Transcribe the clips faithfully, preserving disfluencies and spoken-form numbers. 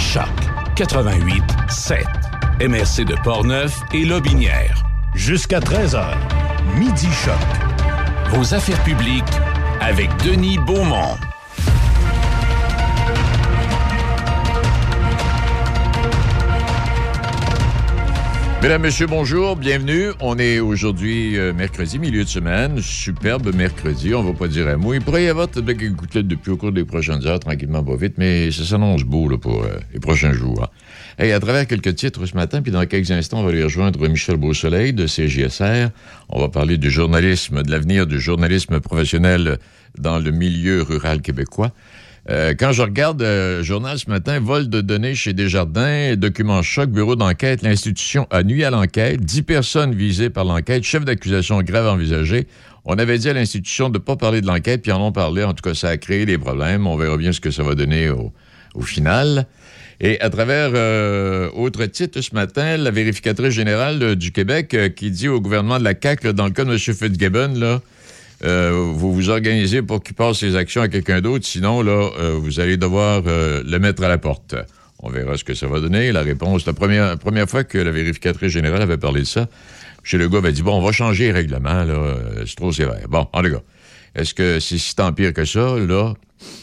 Choc quatre-vingt-huit sept. M R C de Portneuf et Lotbinière. Jusqu'à treize heures. Midi Choc. Vos affaires publiques avec Denis Beaumont. Mesdames, Messieurs, bonjour, bienvenue. On est aujourd'hui euh, mercredi, milieu de semaine. Superbe mercredi, on va pas dire un mot. Il pourrait y avoir peut-être quelques gouttelettes de pluie au cours des prochaines heures, tranquillement, pas vite, mais ça s'annonce beau là, pour euh, les prochains jours. Hein. Hey, à travers quelques titres ce matin, puis dans quelques instants, on va aller rejoindre Michel Beausoleil de C J S R. On va parler du journalisme, de l'avenir du journalisme professionnel dans le milieu rural québécois. Euh, quand je regarde euh, le journal ce matin, vol de données chez Desjardins, document choc, bureau d'enquête, l'institution a nui à l'enquête, dix personnes visées par l'enquête, chef d'accusation grave envisagé. On avait dit à l'institution de ne pas parler de l'enquête, puis en ont parlé. En tout cas, ça a créé des problèmes. On verra bien ce que ça va donner au, au final. Et à travers euh, autre titre ce matin, la vérificatrice générale euh, du Québec euh, qui dit au gouvernement de la C A Q, là, dans le cas de M. Fitzgibbon, là, Euh, vous vous organisez pour qu'il passe ses actions à quelqu'un d'autre, sinon, là, euh, vous allez devoir euh, le mettre à la porte. On verra ce que ça va donner. La réponse, la première, la première fois que la vérificatrice générale avait parlé de ça, M. Legault avait dit, bon, on va changer les règlements, là, euh, c'est trop sévère. Bon, en tout cas, est-ce que c'est si tant pire que ça? Là,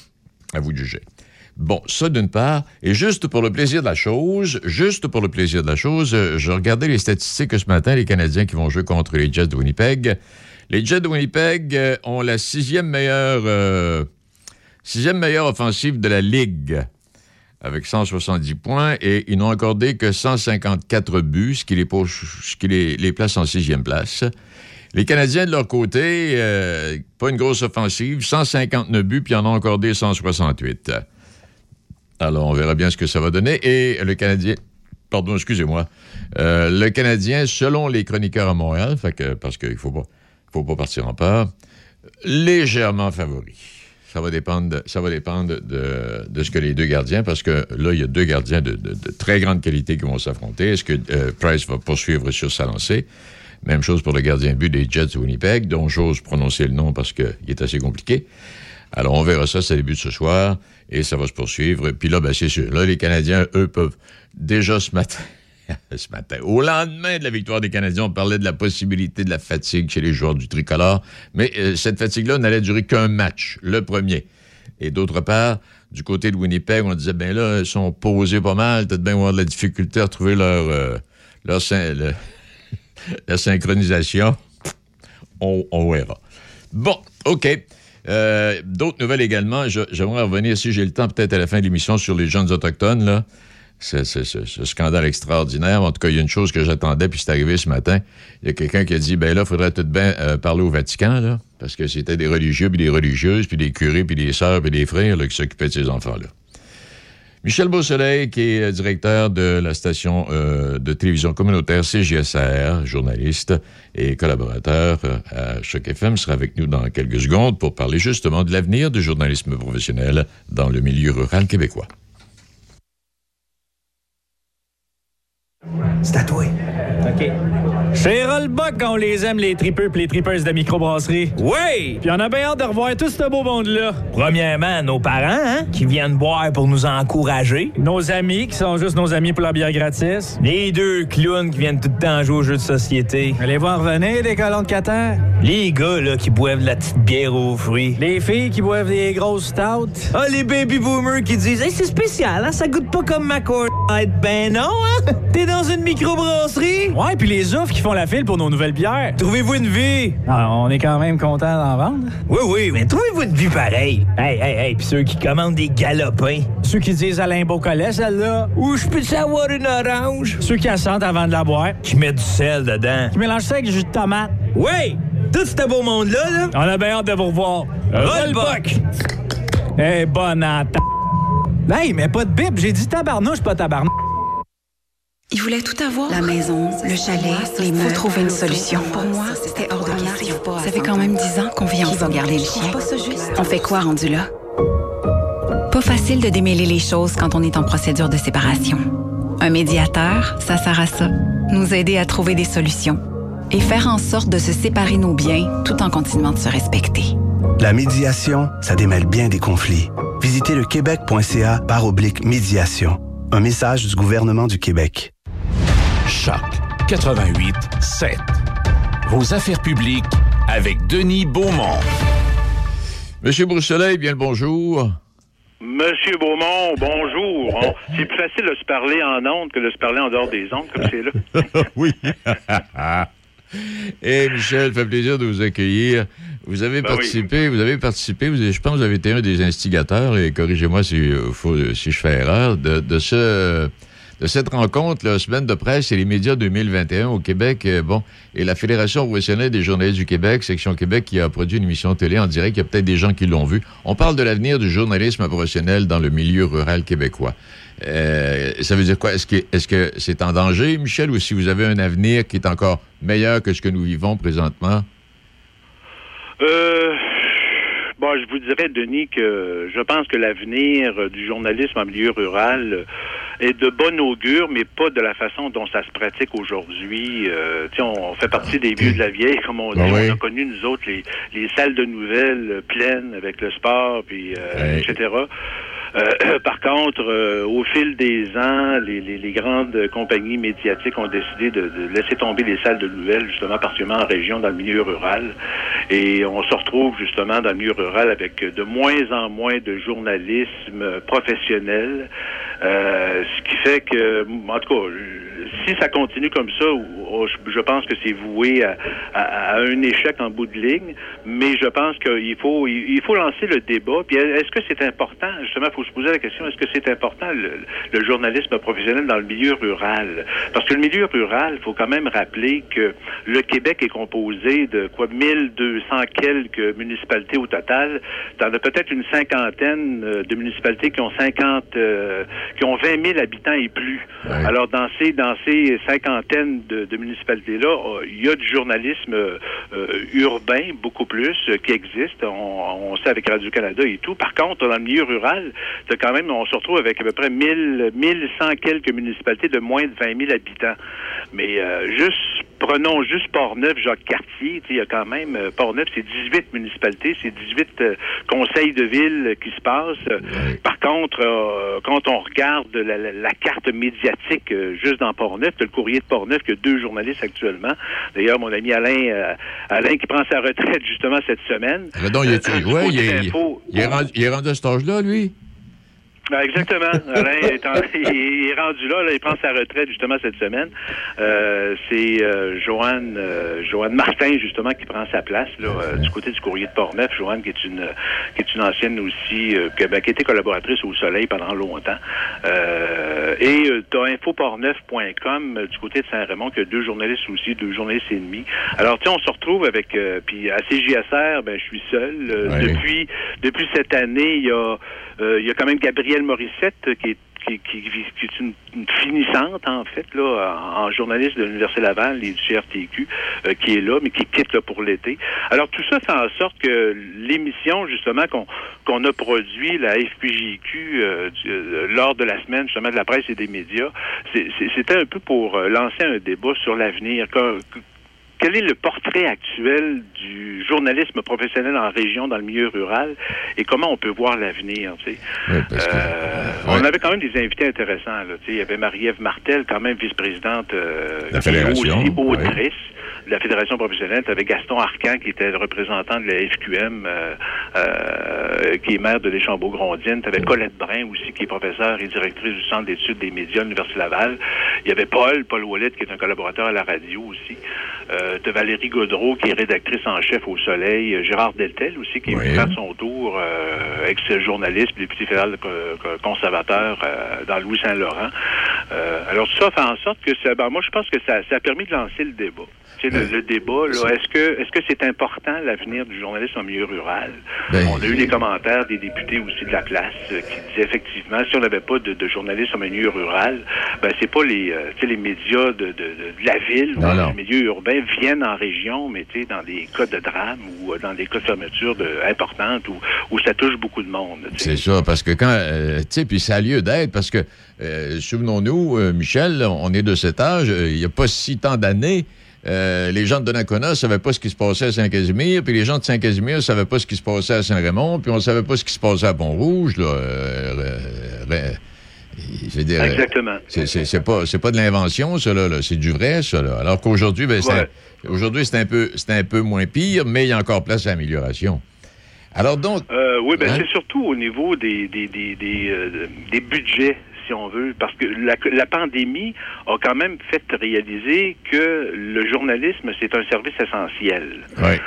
à vous de juger. Bon, ça d'une part, et juste pour le plaisir de la chose, juste pour le plaisir de la chose, euh, je regardais les statistiques ce matin, les Canadiens qui vont jouer contre les Jets de Winnipeg. Les Jets de Winnipeg euh, ont la sixième meilleure, euh, sixième meilleure offensive de la Ligue, avec cent soixante-dix points, et ils n'ont accordé que cent cinquante-quatre buts, ce qui les, ce qui les, les place en sixième place. Les Canadiens, de leur côté, euh, pas une grosse offensive, cent cinquante-neuf buts, puis ils en ont accordé cent soixante-huit. Alors, on verra bien ce que ça va donner. Et le Canadien... Pardon, excusez-moi. Euh, le Canadien, selon les chroniqueurs à Montréal, fait que, parce qu'il ne faut pas... faut pas partir en peur, légèrement favori. Ça va dépendre, de, ça va dépendre de, de ce que les deux gardiens, parce que là, il y a deux gardiens de, de, de très grande qualité qui vont s'affronter. Est-ce que euh, Price va poursuivre sur sa lancée? Même chose pour le gardien de but des Jets de Winnipeg, dont j'ose prononcer le nom parce qu'il est assez compliqué. Alors, on verra ça, ça débute ce soir, et ça va se poursuivre. Puis là, ben, c'est sûr, là, les Canadiens, eux, peuvent déjà ce matin... ce matin. Au lendemain de la victoire des Canadiens, on parlait de la possibilité de la fatigue chez les joueurs du tricolore, mais euh, cette fatigue-là n'allait durer qu'un match, le premier. Et d'autre part, du côté de Winnipeg, on disait, ben là, ils sont posés pas mal, peut-être bien avoir de la difficulté à retrouver leur, euh, leur syn- le, la synchronisation. On, on verra. Bon, OK. Euh, d'autres nouvelles également. Je, j'aimerais revenir, si j'ai le temps, peut-être à la fin de l'émission, sur les jeunes autochtones, là. C'est, c'est, c'est, ce scandale extraordinaire. En tout cas, il y a une chose que j'attendais, puis c'est arrivé ce matin. Il y a quelqu'un qui a dit, ben là, il faudrait tout de bien euh, parler au Vatican, là, parce que c'était des religieux, puis des religieuses, puis des curés, puis des sœurs, puis des frères, là, qui s'occupaient de ces enfants-là. Michel Beausoleil, qui est directeur de la station euh, de télévision communautaire C J S R, journaliste et collaborateur euh, à Choc F M, sera avec nous dans quelques secondes pour parler justement de l'avenir du journalisme professionnel dans le milieu rural québécois. C'est à toi. OK. Chez Rollbuck, on les aime, les tripeux pis les tripeuses de microbrasserie. Oui! Puis on a bien hâte de revoir tout ce beau monde-là. Premièrement, nos parents, hein, qui viennent boire pour nous encourager. Nos amis, qui sont juste nos amis pour la bière gratis. Les deux clowns qui viennent tout le temps jouer aux jeux de société. Allez voir revenir, les colons de Qatar. Les gars, là, qui boivent de la petite bière aux fruits. Les filles qui boivent des grosses stouts. Ah, les baby boomers qui disent « Hey, c'est spécial, hein, ça goûte pas comme ma cour... » Ben non, hein? T'es dans une microbrasserie? Ouais, puis les oufs qui font la file pour nos nouvelles bières. Trouvez-vous une vie? Ah, on est quand même content d'en vendre. Oui, oui, mais trouvez-vous une vie pareille. Hey, hey, hey, pis ceux qui commandent des galopins. Ceux qui disent Alain Beaucollet, celle-là. Ou je peux savoir une orange? Ceux qui assentent avant de la boire. Qui mettent du sel dedans. Qui mélangent ça avec du jus de tomate. Oui! Tout ce beau monde-là, là. On a bien hâte de vous revoir. Rollbuck! Eh, bonne atta... Hey, mais pas de bip, j'ai dit tabarnouche, pas tabarnouche. Il voulait tout avoir. La maison, le chalet, les meubles. Faut trouver une solution. Pour moi, c'était hors de question. Ça fait quand même dix ans qu'on vit ensemble. Qui va garder le chien? On fait quoi rendu là? Pas facile de démêler les choses quand on est en procédure de séparation. Un médiateur, ça sert à ça. Nous aider à trouver des solutions. Et faire en sorte de se séparer nos biens tout en continuant de se respecter. La médiation, ça démêle bien des conflits. Visitez le québec point c a barre oblique médiation. Un message du gouvernement du Québec. Choc quatre-vingt-huit sept. Vos affaires publiques avec Denis Beaumont. Monsieur Beausoleil, bien le bonjour. Monsieur Beaumont, bonjour. On, c'est plus facile de se parler en ondes que de se parler en dehors des ondes, comme c'est là. Oui. Et Michel, ça fait plaisir de vous accueillir. Vous avez ben participé, oui. vous avez participé, vous avez, je pense que vous avez été un des instigateurs, et corrigez-moi si, faut, si je fais erreur, de, de, ce, de cette rencontre, la semaine de presse et les médias deux mille vingt et un au Québec. Euh, bon, et la Fédération professionnelle des journalistes du Québec, Section Québec, qui a produit une émission télé en direct. Il y a peut-être des gens qui l'ont vu. On parle de l'avenir du journalisme professionnel dans le milieu rural québécois. Euh, ça veut dire quoi? Est-ce que, est-ce que c'est en danger, Michel, ou si vous avez un avenir qui est encore meilleur que ce que nous vivons présentement? Euh, bon, je vous dirais, Denis, que je pense que l'avenir du journalisme en milieu rural est de bon augure, mais pas de la façon dont ça se pratique aujourd'hui. Euh, tu sais, on fait partie des vieux de la vieille, comme on dit. Ah oui. On a connu, nous autres, les, les salles de nouvelles pleines avec le sport, puis euh, oui. et cetera. Euh, par contre, euh, au fil des ans, les, les, les grandes compagnies médiatiques ont décidé de, de laisser tomber les salles de nouvelles, justement, particulièrement en région, dans le milieu rural. Et on se retrouve, justement, dans le milieu rural avec de moins en moins de journalisme professionnel. Euh, ce qui fait que, en tout cas, si ça continue comme ça, je pense que c'est voué à, à, à un échec en bout de ligne. Mais je pense qu'il faut, il faut lancer le débat. Puis est-ce que c'est important, justement, il faut se poser la question, est-ce que c'est important le, le journalisme professionnel dans le milieu rural? Parce que le milieu rural, il faut quand même rappeler que le Québec est composé de quoi mille deux cents quelques municipalités au total. T'en as peut-être une cinquantaine de municipalités qui ont cinquante, euh, qui ont vingt mille habitants et plus. Ouais. Alors dans ces dans ces cinquantaines de, de municipalités-là, il y a du journalisme euh, urbain beaucoup plus euh, qui existe. On, on sait avec Radio-Canada et tout. Par contre, dans le milieu rural, c'est quand même, on se retrouve avec à peu près mille, mille cent quelques municipalités de moins de vingt mille habitants. Mais euh, juste, prenons juste Portneuf, Jacques-Cartier, il y a quand même, euh, Portneuf, c'est dix-huit municipalités, c'est dix-huit euh, conseils de ville qui se passent. Oui. Par contre, euh, quand on regarde la, la, la carte médiatique euh, juste dans Portneuf, tu as le Courrier de Portneuf qui a deux journalistes actuellement. D'ailleurs, mon ami Alain, euh, Alain qui prend sa retraite justement cette semaine. Donc, il, est, euh, ouais, il, est, il, il, est rendu, il est rendu à cet âge-là, lui? Ben exactement. Alain est, en, il est rendu là, là, il prend sa retraite justement cette semaine. Euh, c'est euh, Joanne, euh, Joanne Martin justement qui prend sa place là, euh, du côté du Courrier de Portneuf. Joanne qui est une qui est une ancienne aussi, euh, qui, ben, qui était collaboratrice au Soleil pendant longtemps. Euh, et euh, t'as info portneuf point com euh, du côté de Saint-Raymond qui a deux journalistes aussi, deux journalistes et demi. Alors tu sais, on se retrouve avec euh, puis à C J S R, ben je suis seul. Euh, ouais. Depuis depuis cette année, il y a euh, il y a quand même Gabriel Morissette qui est Qui, qui, qui est une, une finissante, en fait, là, en, en journaliste de l'Université Laval et du C R T Q, euh, qui est là, mais qui quitte là, pour l'été. Alors, tout ça fait en sorte que l'émission, justement, qu'on, qu'on a produit, la F P J Q, euh, du, euh, lors de la semaine, justement, de la presse et des médias, c'est, c'est, c'était un peu pour euh, lancer un débat sur l'avenir. Que, que, Quel est le portrait actuel du journalisme professionnel en région, dans le milieu rural, et comment on peut voir l'avenir, tu sais? Oui, parce que, euh, ouais. On avait quand même des invités intéressants, là, tu sais. Il y avait Marie-Ève Martel, quand même vice-présidente, euh, la Fédération, aussi autrice. Oui. De la Fédération professionnelle. Tu avais Gaston Arcan, qui était le représentant de la F Q M, euh, euh, qui est maire de l'Échambault-Grondines. Tu avais Colette Brun aussi, qui est professeure et directrice du Centre d'études des médias de l'Université Laval. Il y avait Paul, Paul Ouellet, qui est un collaborateur à la radio aussi. Euh, tu as Valérie Gaudreau, qui est rédactrice en chef au Soleil. Gérard Deltel aussi, qui est oui. à son tour, euh, ex-journaliste, député fédéral conservateur euh, dans Louis-Saint-Laurent. Euh, alors tout ça fait en sorte que ça, ben, moi je pense que ça, ça a permis de lancer le débat. Tu sais, le, le débat, là, est-ce que est-ce que c'est important l'avenir du journalisme en milieu rural? Ben, on a eu des commentaires des députés aussi de la place euh, qui disaient effectivement, si on n'avait pas de, de journalistes en milieu rural, ben c'est pas les euh, tu sais, les médias de, de, de la ville ou les milieux urbains viennent en région, mais tu sais, dans des cas de drame ou euh, dans des cas de fermeture de, importantes où, où ça touche beaucoup de monde. T'sais. C'est ça, parce que quand euh, tu sais, puis ça a lieu d'être, parce que euh, souvenons-nous, euh, Michel, on est de cet âge, euh, il n'y a pas si tant d'années. Euh, les gens de Donnacona ne savaient pas ce qui se passait à Saint-Casimir, puis les gens de Saint-Casimir ne savaient pas ce qui se passait à Saint-Raymond, puis on ne savait pas ce qui se passait à Pont-Rouge. Là. Euh, euh, Je veux dire, exactement. C'est, c'est, c'est, pas, c'est pas de l'invention, ça, là, là. C'est du vrai, ça, là. Alors qu'aujourd'hui, ben, c'est, ouais. un, aujourd'hui c'est, un peu, c'est un peu moins pire, mais il y a encore place à amélioration. Alors donc... Euh, oui, ben hein? c'est surtout au niveau des, des, des, des, euh, des budgets, si on veut, parce que la, la pandémie a quand même fait réaliser que le journalisme, c'est un service essentiel. Oui.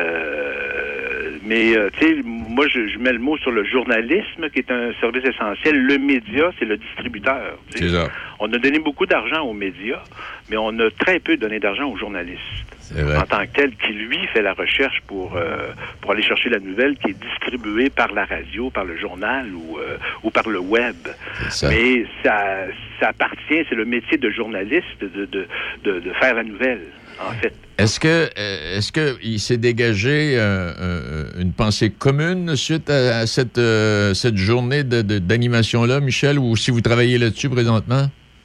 Euh, mais, euh, tu sais, moi, je, je mets le mot sur le journalisme, qui est un service essentiel. Le média, c'est le distributeur. C'est ça. On a donné beaucoup d'argent aux médias, mais on a très peu donné d'argent aux journalistes. En tant que tel, qui, lui, fait la recherche pour euh, pour aller chercher la nouvelle qui est distribuée par la radio, par le journal ou, euh, ou par le web. Ça. Mais ça, ça appartient, c'est le métier de journaliste de, de, de, de faire la nouvelle, en fait. Est-ce que est-ce que il s'est dégagé euh, euh, une pensée commune suite à, à cette, euh, cette journée de, de, d'animation-là, Michel, ou si vous travaillez là-dessus présentement?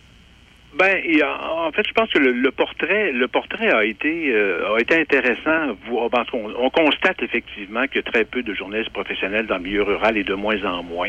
Ben, en fait, je pense que le, le portrait, le portrait a été euh, a été intéressant. Parce qu'on on constate effectivement que très peu de journalistes professionnels dans le milieu rural et de moins en moins.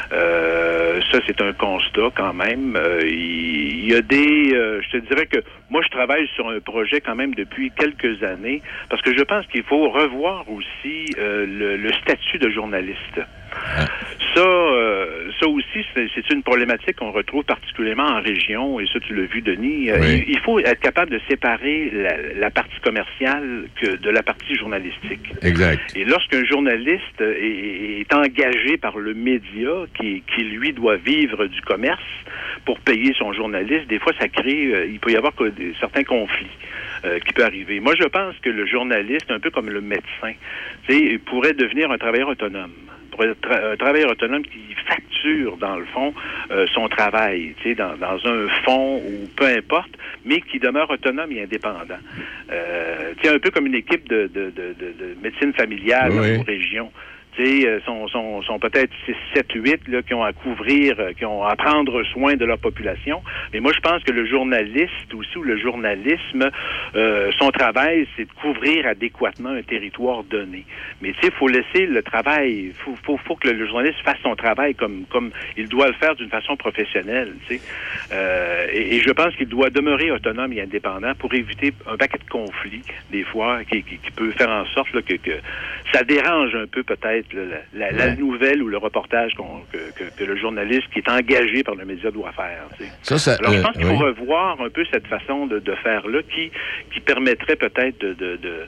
Euh, ça, c'est un constat quand même. Euh, il, il y a des, euh, je te dirais que moi, je travaille sur un projet quand même depuis quelques années parce que je pense qu'il faut revoir aussi euh, le, le statut de journaliste. Ça, euh, ça aussi, c'est, c'est une problématique qu'on retrouve particulièrement en région, et ça, tu l'as vu, Denis. Euh, oui. il, il faut être capable de séparer la, la partie commerciale que de la partie journalistique. Exact. Et lorsqu'un journaliste est, est engagé par le média, qui, qui, lui, doit vivre du commerce pour payer son journaliste, des fois, ça crée, euh, il peut y avoir des, certains conflits. Euh, qui peut arriver. Moi, je pense que le journaliste, un peu comme le médecin, il pourrait devenir un travailleur autonome. Pourrait être tra- un travailleur autonome qui facture, dans le fond, euh, son travail, dans, dans un fonds ou peu importe, mais qui demeure autonome et indépendant. Euh, un peu comme une équipe de, de, de, de, de médecine familiale oui. dans nos régions. Euh, sont, sont, sont peut-être six, sept, huit là, qui ont à couvrir, euh, qui ont à prendre soin de leur population. Mais moi, je pense que le journaliste aussi, ou le journalisme, euh, son travail, c'est de couvrir adéquatement un territoire donné. Mais tu sais, il faut laisser le travail, il faut, faut, faut que le journaliste fasse son travail comme, comme il doit le faire d'une façon professionnelle. Tu sais. Euh, et, et je pense qu'il doit demeurer autonome et indépendant pour éviter un paquet de conflits, des fois, qui, qui, qui peut faire en sorte là, que, que ça dérange un peu peut-être La, la, la ouais. nouvelle ou le reportage qu'on, que, que, que le journaliste qui est engagé par le média doit faire. Ça, ça, Alors, je pense euh, qu'il faut oui. revoir un peu cette façon de, de faire-là qui, qui permettrait peut-être de, de, de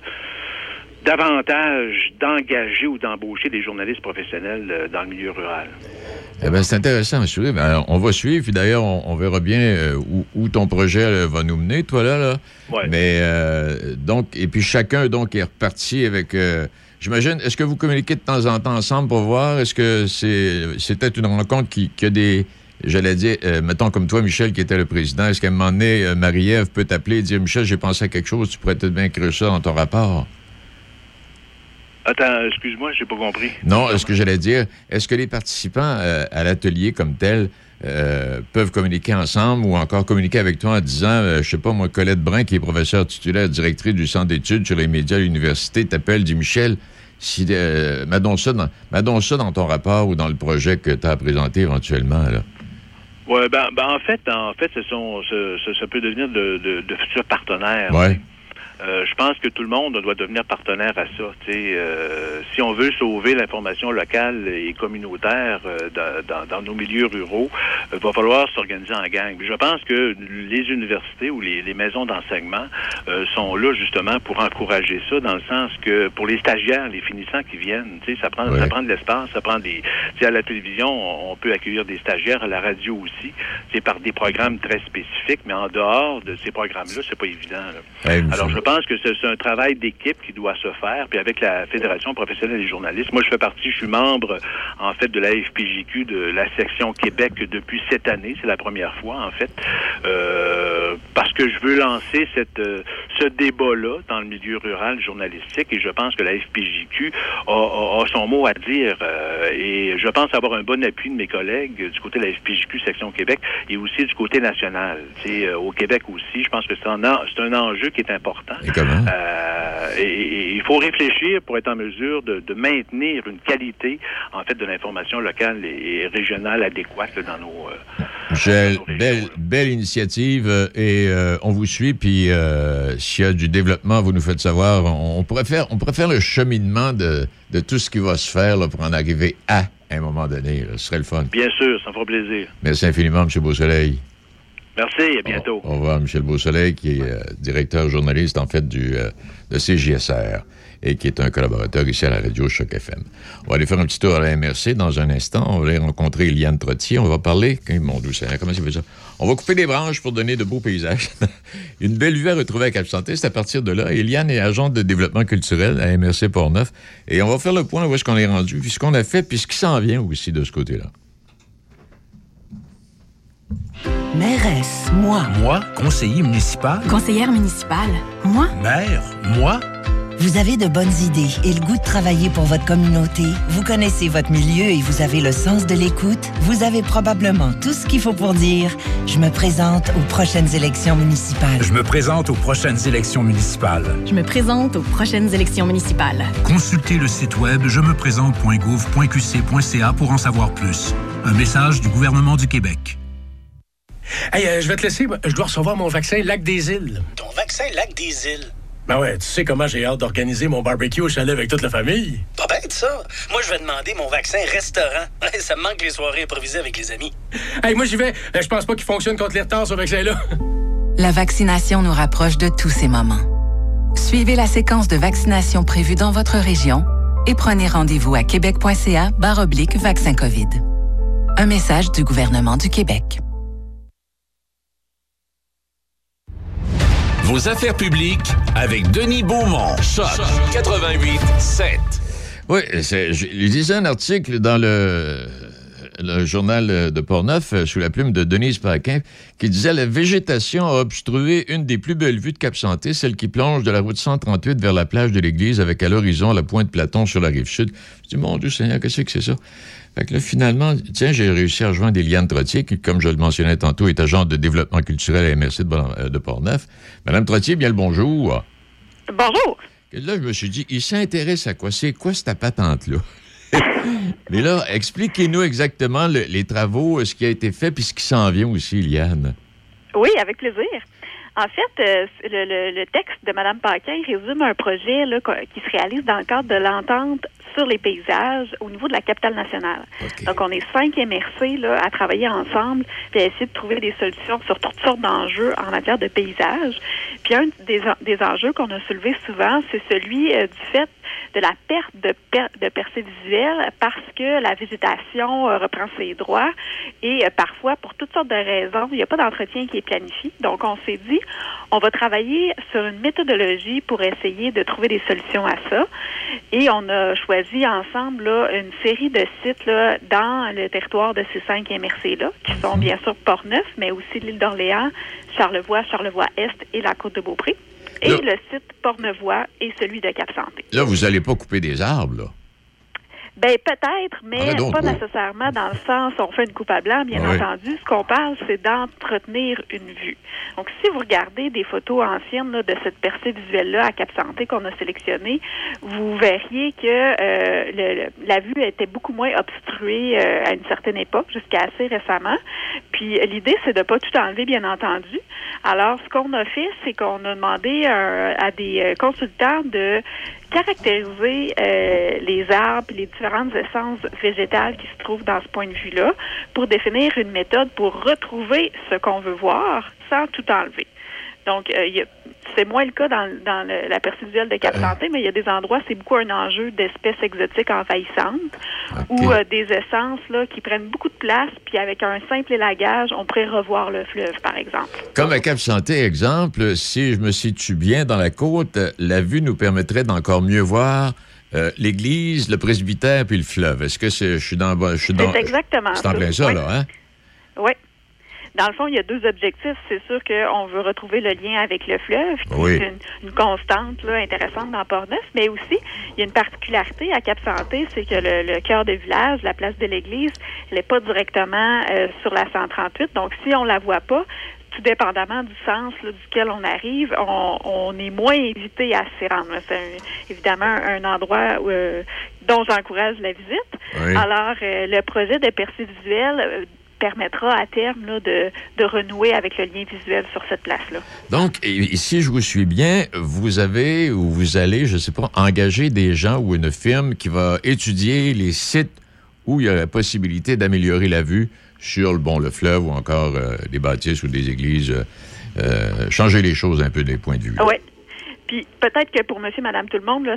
davantage d'engager ou d'embaucher des journalistes professionnels dans le milieu rural. Eh bien, c'est intéressant, M. Rive. Alors, on va suivre, puis d'ailleurs, on, on verra bien euh, où, où ton projet là, va nous mener, toi, là. là. Ouais. Mais, euh, donc, et puis chacun, donc, est reparti avec... Euh, J'imagine, est-ce que vous communiquez de temps en temps ensemble pour voir? Est-ce que c'est, c'est peut-être une rencontre qui, qui a des... J'allais dire, euh, mettons comme toi, Michel, qui était le président, est-ce qu'à un moment donné, euh, Marie-Ève peut t'appeler et dire « Michel, j'ai pensé à quelque chose, tu pourrais peut-être bien écrire ça dans ton rapport? » Attends, excuse-moi, j'ai pas compris. Non, est-ce que j'allais dire, est-ce que les participants euh, à l'atelier comme tel euh, peuvent communiquer ensemble ou encore communiquer avec toi en disant, euh, je sais pas, moi, Colette Brun, qui est professeure titulaire, directrice du Centre d'études sur les médias à l'université, t'appelle, dit Michel, si, euh, mets donc ça dans, mets donc ça dans ton rapport ou dans le projet que tu as présenté éventuellement, là. Oui, ben, ben en fait, en fait, ce sont, ce, ce, ça peut devenir de, de, de futurs partenaires. Oui. Euh, je pense que tout le monde doit devenir partenaire à ça. Euh, si on veut sauver l'information locale et communautaire euh, dans, dans, dans nos milieux ruraux, il euh, va falloir s'organiser en gang. Je pense que les universités ou les, les maisons d'enseignement euh, sont là justement pour encourager ça, dans le sens que pour les stagiaires, les finissants qui viennent, ça prend, ouais. ça prend de l'espace, ça prend des... À la télévision, on, on peut accueillir des stagiaires, à la radio aussi, c'est par des programmes très spécifiques, mais en dehors de ces programmes-là, c'est pas évident. Là. Ouais, Alors, je Je pense que c'est un travail d'équipe qui doit se faire, puis avec la Fédération professionnelle des journalistes. Moi, je fais partie, je suis membre, en fait, de la F P J Q, de la section Québec depuis cette année. C'est la première fois, en fait, euh, parce que je veux lancer cette, euh, ce débat-là dans le milieu rural journalistique, et je pense que la F P J Q a, a, a son mot à dire, euh, et je pense avoir un bon appui de mes collègues du côté de la F P J Q, section Québec, et aussi du côté national. Tu sais, au Québec aussi, je pense que c'est un, c'est un enjeu qui est important. Et comment? Euh, et il faut réfléchir pour être en mesure de, de maintenir une qualité, en fait, de l'information locale et, et régionale adéquate là, dans nos, euh, Michel, belle, belle initiative euh, et euh, on vous suit. Puis euh, s'il y a du développement, vous nous faites savoir. On, on, pourrait, faire, on pourrait faire le cheminement de, de tout ce qui va se faire là, pour en arriver à un moment donné. Là. Ce serait le fun. Bien sûr, ça me fera plaisir. Merci infiniment, M. Beausoleil. Merci, à bientôt. Au, au revoir, Michel Beausoleil, qui est euh, directeur journaliste, en fait, du, euh, de C J S R et qui est un collaborateur ici à la radio Choc F M. On va aller faire un petit tour à la M R C dans un instant. On va aller rencontrer Eliane Trottier. On va parler... Mon Dieu Seigneur, comment ça fait ça? On va couper des branches pour donner de beaux paysages. Une belle vue à retrouver à Cap-Santé. C'est à partir de là. Eliane est agente de développement culturel à M R C Portneuf. Et on va faire le point où est-ce qu'on est rendu, puis ce qu'on a fait, puis ce qui s'en vient aussi de ce côté-là. Mairesse, moi. Moi, conseiller municipal. Conseillère municipale, moi. Maire, moi. Vous avez de bonnes idées et le goût de travailler pour votre communauté. Vous connaissez votre milieu et vous avez le sens de l'écoute. Vous avez probablement tout ce qu'il faut pour dire « Je me présente aux prochaines élections municipales ». Je me présente aux prochaines élections municipales. Je me présente aux prochaines élections municipales. Consultez le site web je me présente point gouv point q c point c a pour en savoir plus. Un message du gouvernement du Québec. Hey, euh, je vais te laisser. Je dois recevoir mon vaccin Lac des Îles. Ton vaccin Lac des Îles? Ben ouais, tu sais comment j'ai hâte d'organiser mon barbecue au chalet avec toute la famille. Pas bête, ça. Moi, je vais demander mon vaccin restaurant. Ça me manque les soirées improvisées avec les amis. Hey, moi, j'y vais. Je pense pas qu'il fonctionne contre les retards, ce vaccin-là. La vaccination nous rapproche de tous ces moments. Suivez la séquence de vaccination prévue dans votre région et prenez rendez-vous à québec.ca barre oblique vaccin COVID. Un message du gouvernement du Québec. Vos affaires publiques avec Denis Beaumont. Choc quatre-vingt-huit sept. Oui, c'est, je lisais un article dans le, le journal de Portneuf, sous la plume de Denise Paquin, qui disait « La végétation a obstrué une des plus belles vues de Cap-Santé, celle qui plonge de la route cent trente-huit vers la plage de l'Église avec à l'horizon la pointe Platon sur la rive sud. » Je dis « Mon Dieu Seigneur, qu'est-ce que c'est ça? » Fait que là, finalement, tiens, j'ai réussi à rejoindre Eliane Trottier, qui, comme je le mentionnais tantôt, est agente de développement culturel à M R C de, de Portneuf. Madame Trottier, bien le bonjour. Bonjour. Et là, je me suis dit, il s'intéresse à quoi? C'est quoi cette patente-là? Mais là, expliquez-nous exactement le, les travaux, ce qui a été fait, puis ce qui s'en vient aussi, Eliane. Oui, avec plaisir. En fait, euh, le, le, le texte de Mme Paquin résume un projet là, qui se réalise dans le cadre de l'entente sur les paysages au niveau de la capitale nationale. Okay. Donc, on est cinq M R C là, à travailler ensemble et à essayer de trouver des solutions sur toutes sortes d'enjeux en matière de paysage. Puis, un des, des enjeux qu'on a soulevé souvent, c'est celui euh, du fait de la perte de, per- de percée visuelle parce que la végétation euh, reprend ses droits et euh, parfois, pour toutes sortes de raisons, il n'y a pas d'entretien qui est planifié. Donc, on s'est dit, on va travailler sur une méthodologie pour essayer de trouver des solutions à ça. Et on a choisi ensemble là, une série de sites là, dans le territoire de ces cinq M R C-là, qui sont bien sûr Portneuf, mais aussi l'île d'Orléans, Charlevoix, Charlevoix-Est et la Côte-de-Beaupré. Et là, le site Portneuvois et celui de Cap-Santé. Là, vous n'allez pas couper des arbres, là? Bien, peut-être, mais donc, pas ouais. nécessairement dans le sens où on fait une coupe à blanc, bien ouais. entendu. Ce qu'on parle, c'est d'entretenir une vue. Donc, si vous regardez des photos anciennes là, de cette percée visuelle-là à Cap-Santé qu'on a sélectionnée, vous verriez que euh, le, le, la vue était beaucoup moins obstruée euh, à une certaine époque, jusqu'à assez récemment. Puis, l'idée, c'est de ne pas tout enlever, bien entendu. Alors, ce qu'on a fait, c'est qu'on a demandé euh, à des euh, consultants de caractériser euh, les arbres et les différentes essences végétales qui se trouvent dans ce point de vue-là pour définir une méthode pour retrouver ce qu'on veut voir sans tout enlever. Donc, euh, y a, c'est moins le cas dans, dans le, la percée visuelle de Cap-Santé, mais il y a des endroits, c'est beaucoup un enjeu d'espèces exotiques envahissantes okay. ou euh, des essences là, qui prennent beaucoup de place, puis avec un simple élagage, on pourrait revoir le fleuve, par exemple. Comme à Cap-Santé, exemple, si je me situe bien dans la côte, la vue nous permettrait d'encore mieux voir euh, l'église, le presbytère puis le fleuve. Est-ce que c'est, je suis dans... Je suis dans c'est exactement c'est en plein ça, oui. là, hein? Oui. Dans le fond, il y a deux objectifs. C'est sûr qu'on veut retrouver le lien avec le fleuve, qui oui. est une, une constante là, intéressante dans Portneuf, mais aussi, il y a une particularité à Cap-Santé, c'est que le, le cœur de village, la place de l'église, elle n'est pas directement euh, sur la cent trente-huit. Donc, si on la voit pas, tout dépendamment du sens là, duquel on arrive, on, on est moins invité à s'y rendre. C'est un, évidemment un endroit où, euh, dont j'encourage la visite. Oui. Alors, euh, le projet de percée visuelle... Euh, permettra à terme là, de, de renouer avec le lien visuel sur cette place-là. Donc, et, si je vous suis bien, vous avez ou vous allez, je ne sais pas, engager des gens ou une firme qui va étudier les sites où il y a la possibilité d'améliorer la vue sur le, bon, le fleuve ou encore euh, des bâtisses ou des églises, euh, euh, changer les choses un peu des points de vue. Oui. Puis peut-être que pour monsieur, madame, tout le monde, là,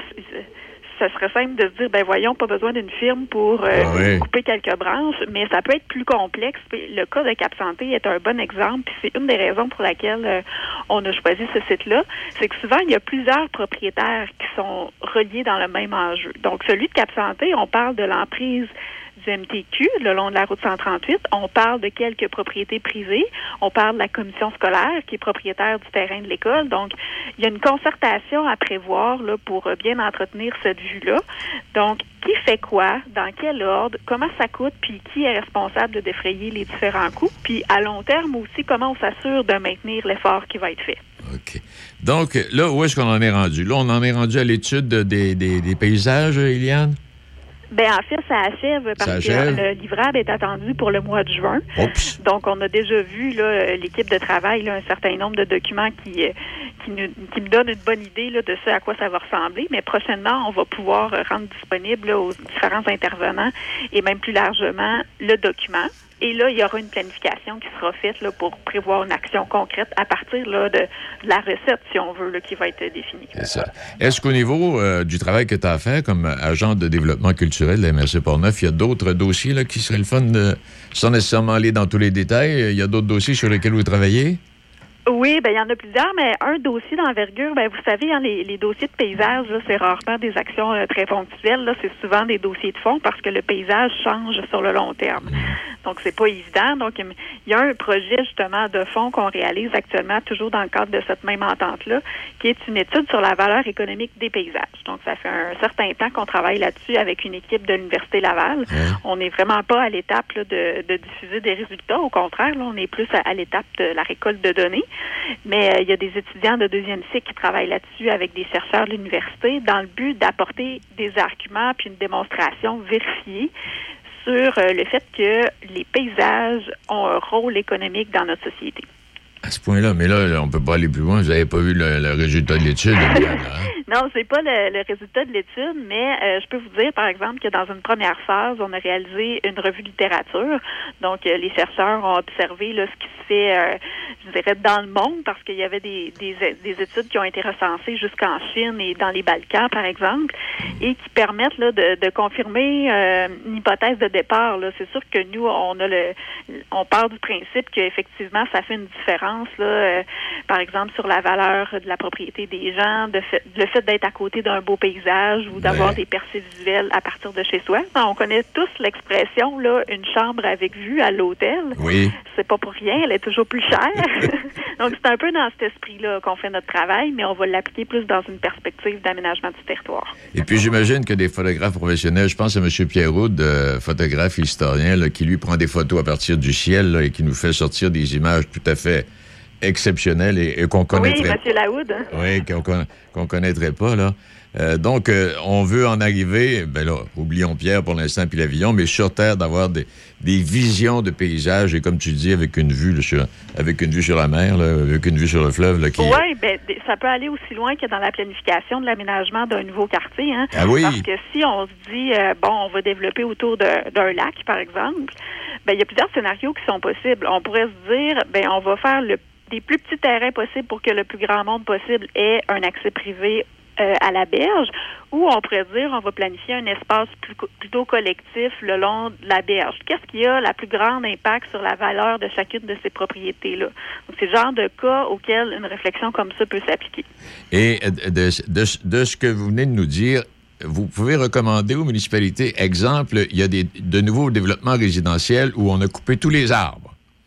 ça serait simple de se dire, ben voyons, pas besoin d'une firme pour euh, ah oui. couper quelques branches, mais ça peut être plus complexe. Le cas de Cap Santé est un bon exemple, puis c'est une des raisons pour laquelle euh, on a choisi ce site-là. C'est que souvent, il y a plusieurs propriétaires qui sont reliés dans le même enjeu. Donc, celui de Cap Santé, on parle de l'emprise du M T Q, le long de la route cent trente-huit. On parle de quelques propriétés privées. On parle de la commission scolaire qui est propriétaire du terrain de l'école. Donc, il y a une concertation à prévoir là, pour bien entretenir cette vue-là. Donc, qui fait quoi, dans quel ordre, comment ça coûte, puis qui est responsable de défrayer les différents coûts, puis à long terme aussi, comment on s'assure de maintenir l'effort qui va être fait. OK. Donc, là, où est-ce qu'on en est rendu? Là, on en est rendu à l'étude des, des, des paysages, Eliane? Ben en fait, ça achève parce ça achève. que le livrable est attendu pour le mois de juin. Oups. Donc, on a déjà vu là, l'équipe de travail, là, un certain nombre de documents qui, qui, nous, qui me donnent une bonne idée là, de ce à quoi ça va ressembler. Mais prochainement, on va pouvoir rendre disponible là, aux différents intervenants et même plus largement le document. Et là, il y aura une planification qui sera faite là, pour prévoir une action concrète à partir là, de, de la recette, si on veut, là, qui va être définie. C'est ça. Est-ce qu'au niveau euh, du travail que tu as fait comme agent de développement culturel de la M R C Portneuf, il y a d'autres dossiers là, qui seraient le fun, de, sans nécessairement aller dans tous les détails, il y a d'autres dossiers sur lesquels vous travaillez? Oui, ben il y en a plusieurs, mais un dossier d'envergure, ben vous savez, hein, les, les dossiers de paysage, là, c'est rarement des actions euh, très ponctuelles. Là, c'est souvent des dossiers de fond parce que le paysage change sur le long terme. Donc, c'est pas évident. Donc, il y a un projet, justement, de fond qu'on réalise actuellement, toujours dans le cadre de cette même entente-là, qui est une étude sur la valeur économique des paysages. Donc, ça fait un certain temps qu'on travaille là-dessus avec une équipe de l'Université Laval. Mmh. On n'est vraiment pas à l'étape là, de, de diffuser des résultats. Au contraire, là, on est plus à, à l'étape de la récolte de données. Mais euh, il y a des étudiants de deuxième cycle qui travaillent là-dessus avec des chercheurs de l'université dans le but d'apporter des arguments puis une démonstration vérifiée sur euh, le fait que les paysages ont un rôle économique dans notre société. À ce point-là, mais là, on ne peut pas aller plus loin. Vous n'avez pas vu le, le résultat de l'étude? Hein? Non, c'est pas le, le résultat de l'étude, mais euh, je peux vous dire, par exemple, que dans une première phase, on a réalisé une revue de littérature. Donc, euh, les chercheurs ont observé là, ce qui se fait, euh, je dirais, dans le monde, parce qu'il y avait des, des, des études qui ont été recensées jusqu'en Chine et dans les Balkans, par exemple, et qui permettent là, de, de confirmer euh, une hypothèse de départ. Là. C'est sûr que nous, on a le, on part du principe qu'effectivement, ça fait une différence. Là, euh, par exemple, sur la valeur de la propriété des gens, de fait, le fait d'être à côté d'un beau paysage ou d'avoir ouais. des percées visuelles à partir de chez soi. On connaît tous l'expression, là, une chambre avec vue à l'hôtel. Oui. C'est pas pour rien, elle est toujours plus chère. Donc, c'est un peu dans cet esprit-là qu'on fait notre travail, mais on va l'appliquer plus dans une perspective d'aménagement du territoire. Et puis, j'imagine que des photographes professionnels, je pense à M. Pierre Roud, euh, photographe historien, là, qui lui prend des photos à partir du ciel là, et qui nous fait sortir des images tout à fait exceptionnel et, et qu'on connaîtrait. Oui, M. Laoud. Oui, qu'on, qu'on connaîtrait pas, là. Euh, donc, euh, on veut en arriver, ben là, oublions Pierre pour l'instant, puis l'avion, mais sur Terre, d'avoir des, des visions de paysages, et comme tu dis, avec une vue, là, sur, avec une vue sur la mer, là, avec une vue sur le fleuve. Là, qui... Oui, bien, ça peut aller aussi loin que dans la planification de l'aménagement d'un nouveau quartier. Hein? Ah oui? Parce que si on se dit, euh, bon, on va développer autour de, d'un lac, par exemple, ben il y a plusieurs scénarios qui sont possibles. On pourrait se dire, ben on va faire le des plus petits terrains possibles pour que le plus grand monde possible ait un accès privé euh, à la berge, ou on pourrait dire on va planifier un espace plus, plutôt collectif le long de la berge. Qu'est-ce qui a la plus grande impact sur la valeur de chacune de ces propriétés-là? Donc, c'est le genre de cas auquel une réflexion comme ça peut s'appliquer. Et de, de, de ce que vous venez de nous dire, vous pouvez recommander aux municipalités, exemple, il y a des, de nouveaux développements résidentiels où on a coupé tous les arbres.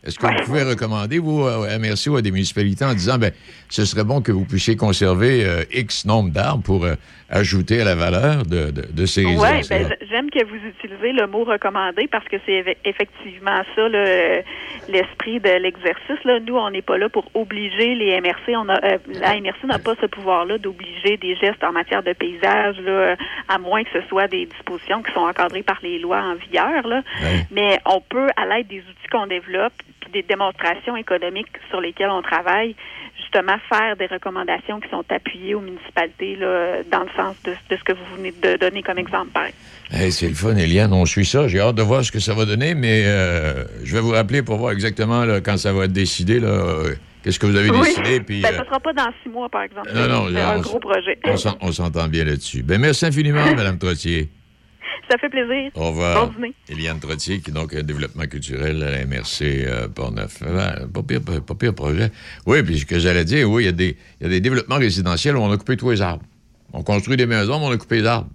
Est-ce que vous pouvez recommander, vous, à M R C ou à des municipalités en disant, ben, ce serait bon que vous puissiez conserver euh, X nombre d'arbres pour euh, ajouter à la valeur de, de, de ces résidences? Oui, ben, j'aime que vous utilisez le mot recommandé parce que c'est effectivement ça le, l'esprit de l'exercice. Là. Nous, on n'est pas là pour obliger les M R C. On a, euh, la M R C n'a pas ce pouvoir-là d'obliger des gestes en matière de paysage, là, à moins que ce soit des dispositions qui sont encadrées par les lois en vigueur. Là. Ouais. Mais on peut, à l'aide des outils qu'on développe, puis des démonstrations économiques sur lesquelles on travaille, justement faire des recommandations qui sont appuyées aux municipalités là, dans le sens de, de ce que vous venez de donner comme exemple. Hey, c'est le fun, Éliane, on suit ça. J'ai hâte de voir ce que ça va donner, mais euh, je vais vous rappeler pour voir exactement là, quand ça va être décidé, là, euh, qu'est-ce que vous avez oui. décidé. Puis, ben, euh... ça ne sera pas dans six mois, par exemple. Non, non, c'est un on, gros projet. On, on s'entend bien là-dessus. Ben, merci infiniment, Mme Trottier. Ça fait plaisir. Au revoir. Bon dîner. Éliane Trottier, qui est donc un développement culturel à la M R C euh, Portneuf. Euh, pas, pire, pas, pas pire projet. Oui, puis ce que j'allais dire, oui, il y a des, il y a des développements résidentiels où on a coupé tous les arbres. On construit des maisons, mais on a coupé les arbres.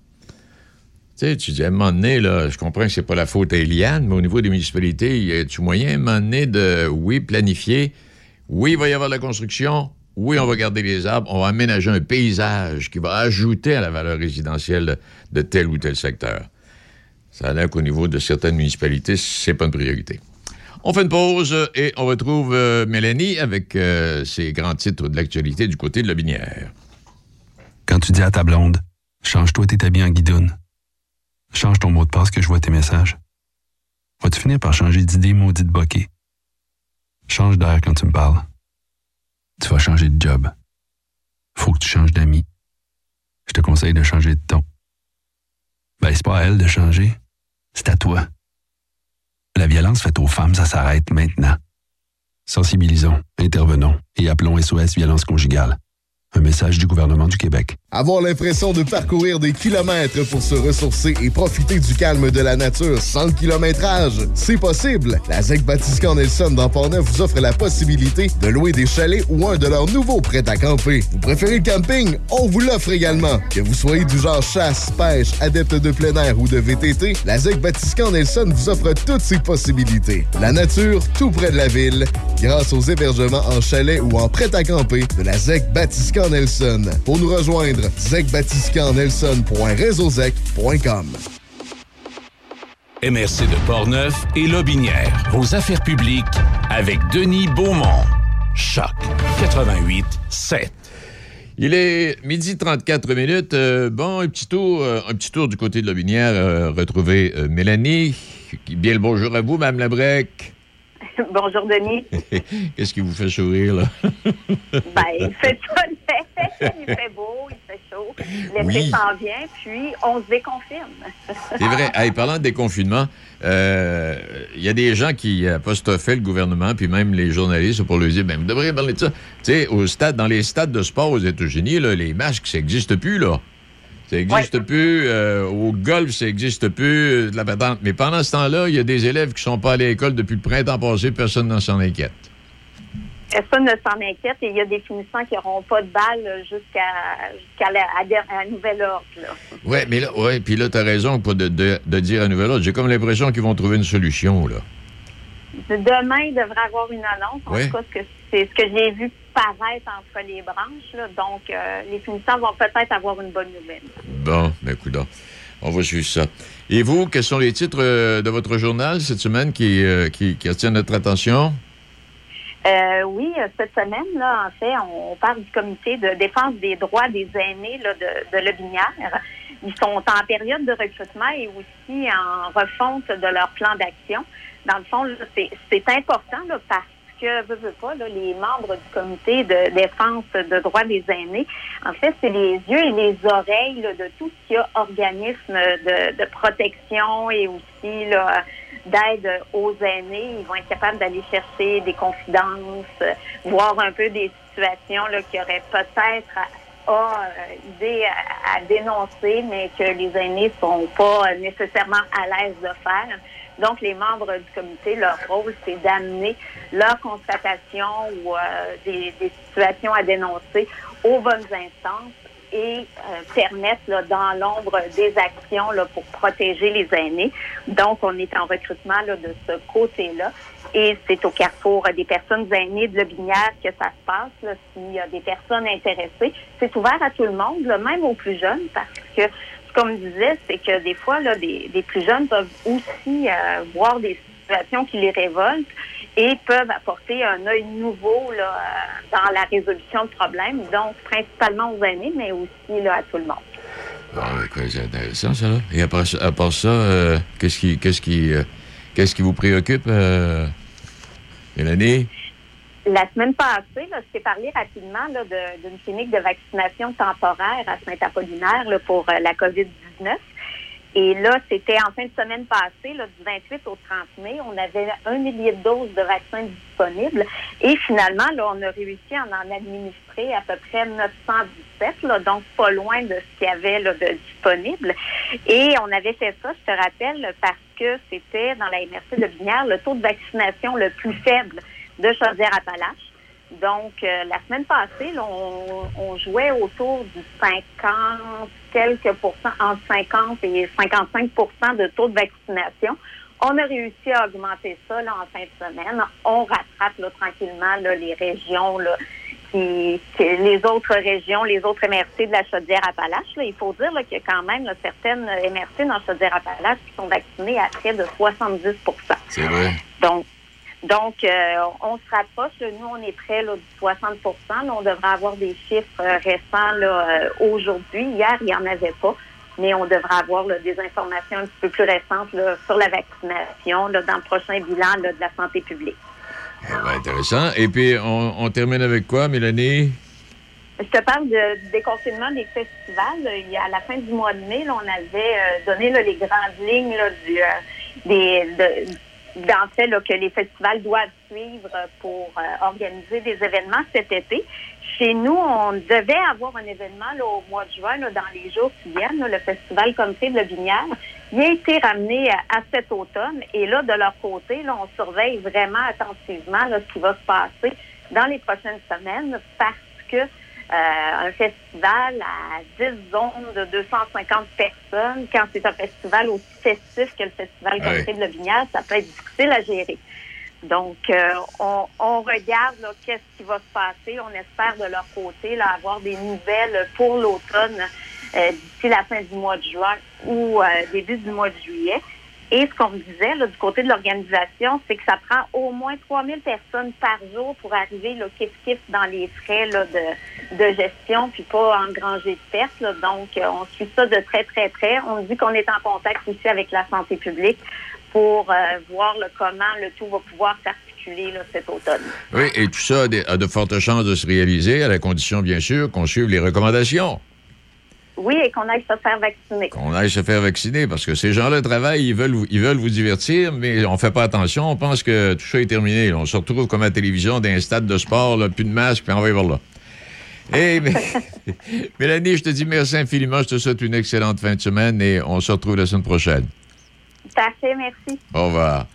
Tu sais, tu dis, à un moment donné, là, je comprends que c'est pas la faute à Éliane, mais au niveau des municipalités, y a-tu moyen, à un moment donné, de, oui, planifier, oui, il va y avoir de la construction, oui, on va garder les arbres, on va aménager un paysage qui va ajouter à la valeur résidentielle de, de tel ou tel secteur. Ça a l'air qu'au niveau de certaines municipalités, c'est pas une priorité. On fait une pause et on retrouve euh, Mélanie avec euh, ses grands titres de l'actualité du côté de Lobinière. Quand tu dis à ta blonde, change-toi tes habits en guidoune. Change ton mot de passe que je vois tes messages. Vas-tu finir par changer d'idée maudite bokeh? Change d'air quand tu me parles. Tu vas changer de job. Faut que tu changes d'amis. Je te conseille de changer de ton. Ben, c'est pas à elle de changer. C'est à toi. La violence faite aux femmes, ça s'arrête maintenant. Sensibilisons, intervenons et appelons S O S Violence Conjugale. Un message du gouvernement du Québec. Avoir l'impression de parcourir des kilomètres pour se ressourcer et profiter du calme de la nature sans le kilométrage, c'est possible. La Z E C Batiscan Nelson dans Portneuf vous offre la possibilité de louer des chalets ou un de leurs nouveaux prêts à camper. Vous préférez le camping? On vous l'offre également. Que vous soyez du genre chasse, pêche, adepte de plein air ou de V T T, la Z E C Batiscan Nelson vous offre toutes ces possibilités. La nature, tout près de la ville, grâce aux hébergements en chalet ou en prêt à camper de la Z E C Batiscan Nelson. Pour nous rejoindre, z e c batiscan nelson point réseau z e c point com. M R C de Portneuf et Lobinière. Vos affaires publiques avec Denis Beaumont. Choc quatre-vingt-huit sept. Il est midi trente-quatre minutes. Euh, bon, un petit tour, euh, un petit tour du côté de Lobinière. Euh, retrouver euh, Mélanie. Bien le bonjour à vous, Mme Labrec. Bonjour, Denis. Qu'est-ce qui vous fait sourire, là? Ben, il fait soleil, il fait beau, il fait chaud. L'été oui. s'en vient, puis on se déconfine. C'est vrai. Hey, parlant de déconfinement, il euh, y a des gens qui apostrophaient le gouvernement, puis même les journalistes, pour leur dire, ben, vous devriez parler de ça. Tu sais, au stade, dans les stades de sport aux États-Unis, là, les masques, ça n'existe plus, là. Ça n'existe ouais. plus. Euh, au golf, ça n'existe plus, euh, de la patente. Mais pendant ce temps-là, il y a des élèves qui ne sont pas allés à l'école depuis le printemps passé. Personne ne s'en inquiète. Personne ne s'en inquiète. Et il y a des finissants qui n'auront pas de balles jusqu'à, jusqu'à la, à, à nouvel ordre. Oui, mais là, ouais, puis là, tu as raison pas de, de, de dire à nouvel ordre. J'ai comme l'impression qu'ils vont trouver une solution, là. Demain, il devrait avoir une annonce. En ouais. tout cas, c'est, c'est ce que j'ai vu paraître entre les branches. Là. Donc, euh, les finissants vont peut-être avoir une bonne nouvelle. Bon, ben, coudonc. On va suivre ça. Et vous, quels sont les titres euh, de votre journal cette semaine qui, euh, qui, qui attirent notre attention? Euh, oui, cette semaine, là, en fait, on parle du comité de défense des droits des aînés là, de, de Lobinière. Ils sont en période de recrutement et aussi en refonte de leur plan d'action. Dans le fond, là, c'est, c'est important là, parce que, veux, veux pas, là, les membres du comité de défense de droits des aînés, en fait, c'est les yeux et les oreilles là, de tout ce qu'il y a organisme de, de protection et aussi là, d'aide aux aînés. Ils vont être capables d'aller chercher des confidences, voir un peu des situations là, qui auraient peut-être à, à, idée à, à dénoncer, mais que les aînés sont pas nécessairement à l'aise de faire. Donc, les membres du comité, leur rôle, c'est d'amener leurs constatations ou euh, des, des situations à dénoncer aux bonnes instances et euh, permettre, là, dans l'ombre, des actions là, pour protéger les aînés. Donc, on est en recrutement là, de ce côté-là. Et c'est au carrefour des personnes aînées de Lotbinière que ça se passe. Là, s'il y a des personnes intéressées, c'est ouvert à tout le monde, là, même aux plus jeunes, parce que, comme je disais, c'est que des fois, là, des, des plus jeunes peuvent aussi euh, voir des situations qui les révoltent et peuvent apporter un œil nouveau là, dans la résolution de problèmes, donc principalement aux aînés, mais aussi là, à tout le monde. Bon, quoi, c'est intéressant, ça, là. Et après, à part ça, euh, qu'est-ce qui, qu'est-ce qui, euh, qu'est-ce qui vous préoccupe, euh, Mélanie? La semaine passée, là, je t'ai parlé rapidement là, de, d'une clinique de vaccination temporaire à Saint-Apollinaire là, pour euh, la covid dix-neuf. Et là, c'était en fin de semaine passée, là, du vingt-huit au trente mai, on avait un millier de doses de vaccins disponibles. Et finalement, là, on a réussi à en administrer à peu près neuf cent dix-sept, là, donc pas loin de ce qu'il y avait là, de disponible. Et on avait fait ça, je te rappelle, parce que c'était dans la M R C de Lotbinière le taux de vaccination le plus faible de Chaudière-Appalaches. Donc, euh, la semaine passée, là, on, on jouait autour du cinquante quelques pourcents, entre cinquante et cinquante-cinq pour cent de taux de vaccination. On a réussi à augmenter ça là, en fin de semaine. On rattrape là, tranquillement là, les régions, là, qui, qui, les autres régions, les autres M R C de la Chaudière-Appalaches. Là. Il faut dire là, qu'il y a quand même là, certaines M R C dans la Chaudière-Appalaches qui sont vaccinées à près de soixante-dix pour cent. C'est vrai. Donc, Donc, euh, on se rapproche. Nous, on est près là, du soixante pour cent. Là, on devrait avoir des chiffres euh, récents là, euh, aujourd'hui. Hier, il n'y en avait pas. Mais on devrait avoir là, des informations un petit peu plus récentes là, sur la vaccination là, dans le prochain bilan là, de la santé publique. Eh ben, intéressant. Et puis, on, on termine avec quoi, Mélanie? Je te parle de, du déconfinement des festivals. Il y a, à la fin du mois de mai, là, on avait euh, donné là, les grandes lignes là, du, euh, des... De, en fait, là, que les festivals doivent suivre pour euh, organiser des événements cet été. Chez nous, on devait avoir un événement là, au mois de juin, là, dans les jours qui viennent, là, le Festival Country de Lotbinière. Il a été ramené à, à cet automne. Et là, de leur côté, là, on surveille vraiment attentivement là, ce qui va se passer dans les prochaines semaines parce que Euh, un festival à dix zones de deux cent cinquante personnes, quand c'est un festival aussi festif que le Festival Country ouais. de Lotbinière, ça peut être difficile à gérer. Donc, euh, on, on regarde là, qu'est-ce qui va se passer. On espère de leur côté là, avoir des nouvelles pour l'automne euh, d'ici la fin du mois de juin ou euh, début du mois de juillet. Et ce qu'on me disait là, du côté de l'organisation, c'est que ça prend au moins trois mille personnes par jour pour arriver là, kiff-kiff dans les frais là, de, de gestion, puis pas engranger de pertes. Là. Donc, euh, on suit ça de très, très près. On dit qu'on est en contact aussi avec la santé publique pour euh, voir là, comment le tout va pouvoir s'articuler là, cet automne. Oui, et tout ça a de, a de fortes chances de se réaliser, à la condition, bien sûr, qu'on suive les recommandations. Oui, et qu'on aille se faire vacciner. Qu'on aille se faire vacciner, parce que ces gens-là travaillent, ils veulent, ils veulent vous divertir, mais on fait pas attention, on pense que tout ça est terminé. Là. On se retrouve comme à la télévision dans un stade de sport, là, plus de masque, puis on va y voir là. Hey, mais... Mélanie, je te dis merci infiniment, je te souhaite une excellente fin de semaine et on se retrouve la semaine prochaine. Parfait, merci. Au revoir.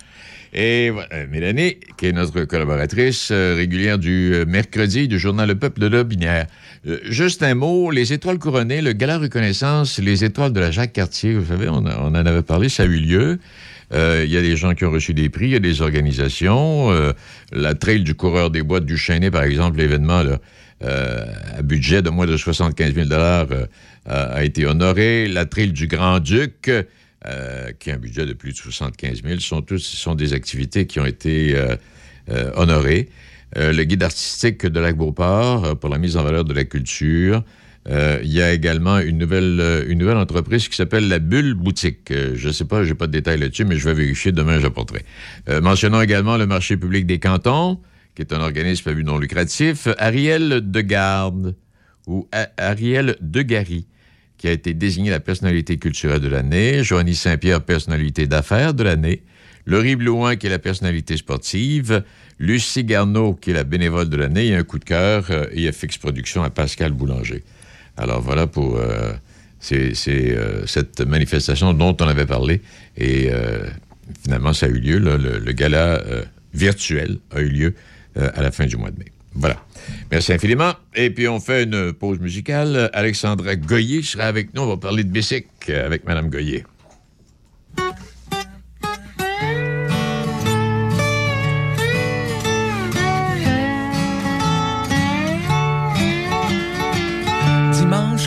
Et euh, Mélanie, qui est notre collaboratrice euh, régulière du euh, mercredi du journal Le Peuple de Lotbinière. Euh, juste un mot, les étoiles couronnées, le gala reconnaissance, les étoiles de la Jacques-Cartier, vous savez, on, a, on en avait parlé, ça a eu lieu. Euh, il y a des gens qui ont reçu des prix, il y a des organisations. Euh, la trail du coureur des bois du Chênay, par exemple, l'événement là, euh, à budget de moins de soixante-quinze mille dollars euh, a été honoré. La trail du Grand-Duc, Euh, qui a un budget de plus de soixante-quinze mille, sont tous sont des activités qui ont été euh, euh, honorées. Euh, le guide artistique de Lac-Beauport euh, pour la mise en valeur de la culture. Euh, il y a également une nouvelle euh, une nouvelle entreprise qui s'appelle La Bulle Boutique. Euh, je ne sais pas, je n'ai pas de détails là-dessus, mais je vais vérifier. Demain, j'apporterai. Euh, mentionnons également le marché public des cantons, qui est un organisme à but non lucratif. Ariel Degarde, ou A- Ariel Degary, qui a été désigné la personnalité culturelle de l'année, Joanie Saint-Pierre, personnalité d'affaires de l'année, Laurie Blouin, qui est la personnalité sportive, Lucie Garneau, qui est la bénévole de l'année, et un coup de cœur, euh, et F X Productions à Pascal Boulanger. Alors voilà pour euh, c'est, c'est, euh, cette manifestation dont on avait parlé, et euh, finalement ça a eu lieu, là, le, le gala euh, virtuel a eu lieu euh, à la fin du mois de mai. Voilà. Merci infiniment. Et puis, on fait une pause musicale. Alexandra Goyer sera avec nous. On va parler de bicycle avec Mme Goyer.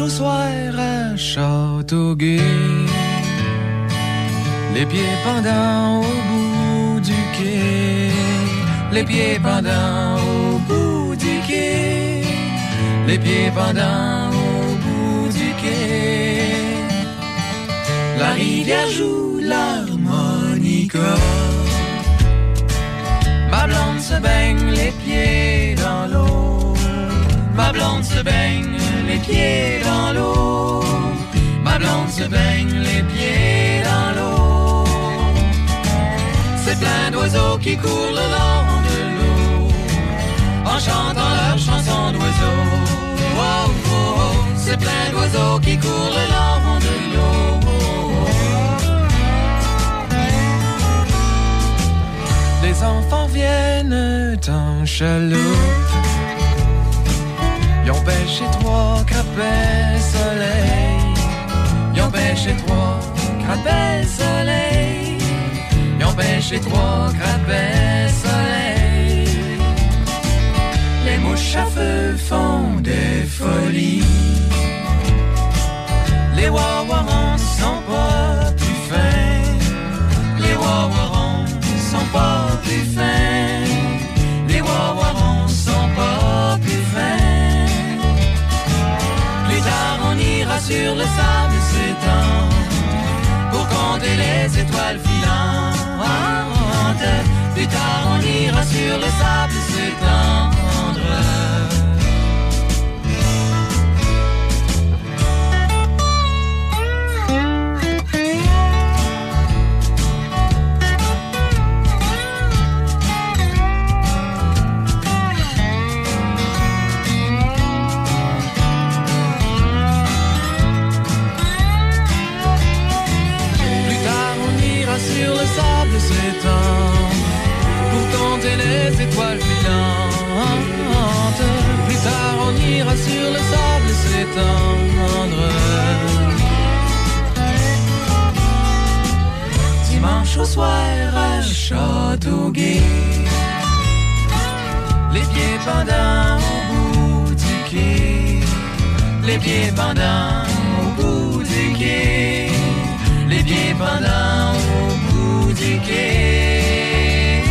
au soir à Châteauguay, les pieds pendants au bout du quai, les pieds pendants au bout du quai, les pieds pendants au bout du quai. La rivière joue l'harmonica, ma blonde se baigne les pieds dans l'eau, ma blonde se baigne les pieds dans l'eau, ma blonde se baigne les pieds dans l'eau. C'est plein d'oiseaux qui courent le long de l'eau, en chantant leur chanson d'oiseaux. Oh, oh, oh. C'est plein d'oiseaux qui courent le long de l'eau. Les enfants viennent en chaloupe, ils ont pêché trois crapets soleil, ils ont pêché trois crapets soleil, ils ont pêché trois crapets soleil. Les mouches à feu font des folies, les wawarons sont pas plus fins, les wawarons sont pas plus fins, les wawarons sont pas plus fins. Plus tard on ira sur le sable s'étendre pour compter les étoiles filantes. Plus tard on ira sur le sable s'étendre. Sur le sable s'étend pour compter les étoiles filantes. Plus tard on ira sur le sable s'étendre. Dimanche au soir à Châteauguay, les pieds pendants au bout du quai, les pieds pendants au bout du quai, les pieds pendants au bout du quai.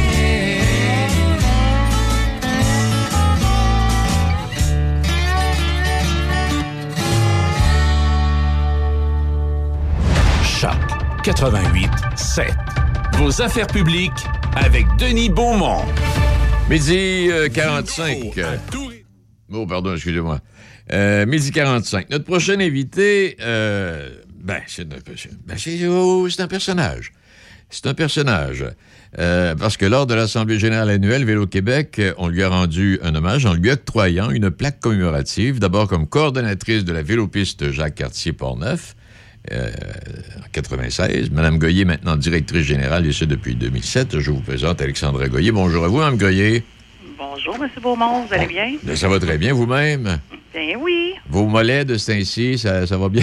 Choc quatre-vingt-huit sept. Vos affaires publiques avec Denis Beaumont. Midi euh, quarante-cinq. Oh, pardon, excusez-moi. Euh, midi quarante-cinq. Notre prochain invité... Euh, Ben, c'est, ben c'est, oh, c'est un personnage. C'est un personnage. Euh, parce que lors de l'Assemblée générale annuelle Vélo-Québec, on lui a rendu un hommage en lui octroyant une plaque commémorative, d'abord comme coordonnatrice de la vélopiste Jacques-Cartier-Portneuf, euh, en quatre-vingt-seize. Mme Goyer, maintenant directrice générale, et ce depuis deux mille sept. Je vous présente Alexandra Goyer. Bonjour à vous, Mme Goyer. Bonjour, M. Beaumont. Vous allez bien? Ben, ça va très bien, vous-même? Bien oui. Vos mollets de ce temps-ci, ça, ça va bien?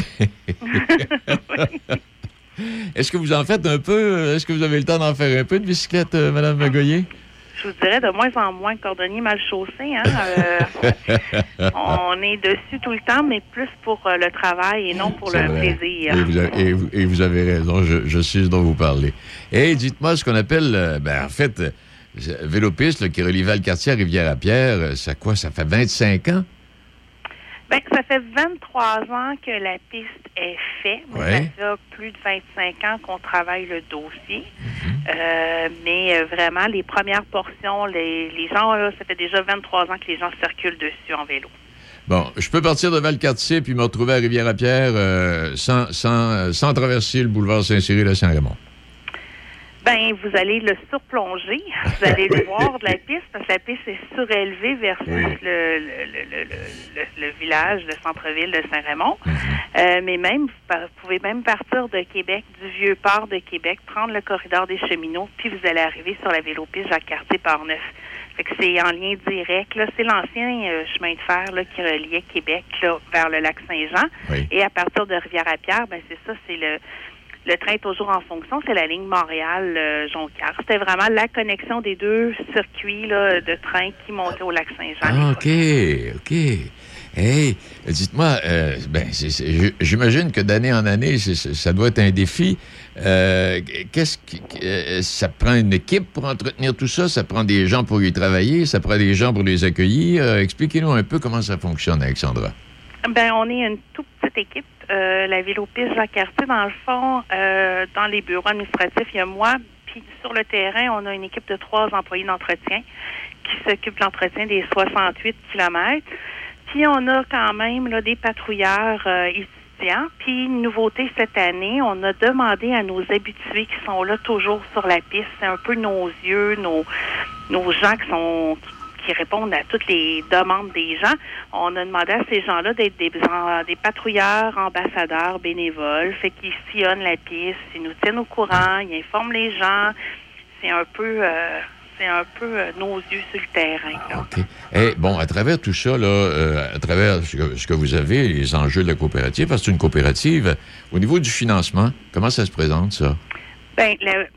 Est-ce que vous en faites un peu? Est-ce que vous avez le temps d'en faire un peu de bicyclette, euh, Mme Goyer? Je vous dirais de moins en moins cordonnier mal chaussé. Hein? Euh, on est dessus tout le temps, mais plus pour euh, le travail et non pour C'est le vrai. plaisir. Et vous, avez, et, vous, et vous avez raison, je, je sais ce dont vous parlez. Et dites-moi ce qu'on appelle, euh, ben, en fait, euh, Vélopiste là, qui relie Valcartier à Rivière-à-Pierre, ça quoi? Ça fait vingt-cinq ans? Bien, ça fait vingt-trois ans que la piste est faite. Ouais. Ça fait plus de vingt-cinq ans qu'on travaille le dossier. Mm-hmm. Euh, mais euh, vraiment, les premières portions, les, les gens, là, ça fait déjà vingt-trois ans que les gens circulent dessus en vélo. Bon, je peux partir de Valcartier puis me retrouver à Rivière-à-Pierre euh, sans, sans, sans traverser le boulevard Saint-Cyril à Saint-Raymond. Ben, vous allez le surplonger. Vous allez le voir de la piste, parce que la piste est surélevée versus oui. le, le, le, le, le, le village, le centre-ville de Saint-Raymond. Mm-hmm. Euh, mais même, vous pouvez même partir de Québec, du Vieux-Port de Québec, prendre le corridor des cheminots, puis vous allez arriver sur la vélopiste Jacques-Cartier-Portneuf. Fait que c'est en lien direct. Là, c'est l'ancien euh, chemin de fer là, qui reliait Québec là, vers le lac Saint-Jean. Oui. Et à partir de Rivière-à-Pierre, ben c'est ça, c'est le... Le train est toujours en fonction, c'est la ligne Montréal-Jonquière. C'était vraiment la connexion des deux circuits là, de train qui montaient au lac Saint-Jean. Ah, OK, OK. Hey, dites-moi, euh, ben, c'est, c'est, j'imagine que d'année en année, c'est, c'est, ça doit être un défi. Euh, qu'est-ce qui, euh, ça prend une équipe pour entretenir tout ça? Ça prend des gens pour y travailler? Ça prend des gens pour les accueillir? Euh, expliquez-nous un peu comment ça fonctionne, Alexandra. Ben, on est une toute petite équipe. Euh, la Vélopiste Jacques-Cartier, dans le fond, euh, dans les bureaux administratifs, il y a moi. Puis sur le terrain, on a une équipe de trois employés d'entretien qui s'occupent de l'entretien des soixante-huit kilomètres. Puis on a quand même là, des patrouilleurs euh, étudiants. Puis une nouveauté cette année, on a demandé à nos habitués qui sont là toujours sur la piste, c'est un peu nos yeux, nos, nos gens qui sont qui, qui répondent à toutes les demandes des gens. On a demandé à ces gens-là d'être des, des patrouilleurs, ambassadeurs, bénévoles, fait qu'ils sillonnent la piste, ils nous tiennent au courant, ils informent les gens. C'est un peu... Euh, C'est un peu euh, nos yeux sur le terrain. Là. OK. Et bon, à travers tout ça, là, euh, à travers ce que, ce que vous avez, les enjeux de la coopérative, parce que c'est une coopérative, au niveau du financement, comment ça se présente, ça? Bien,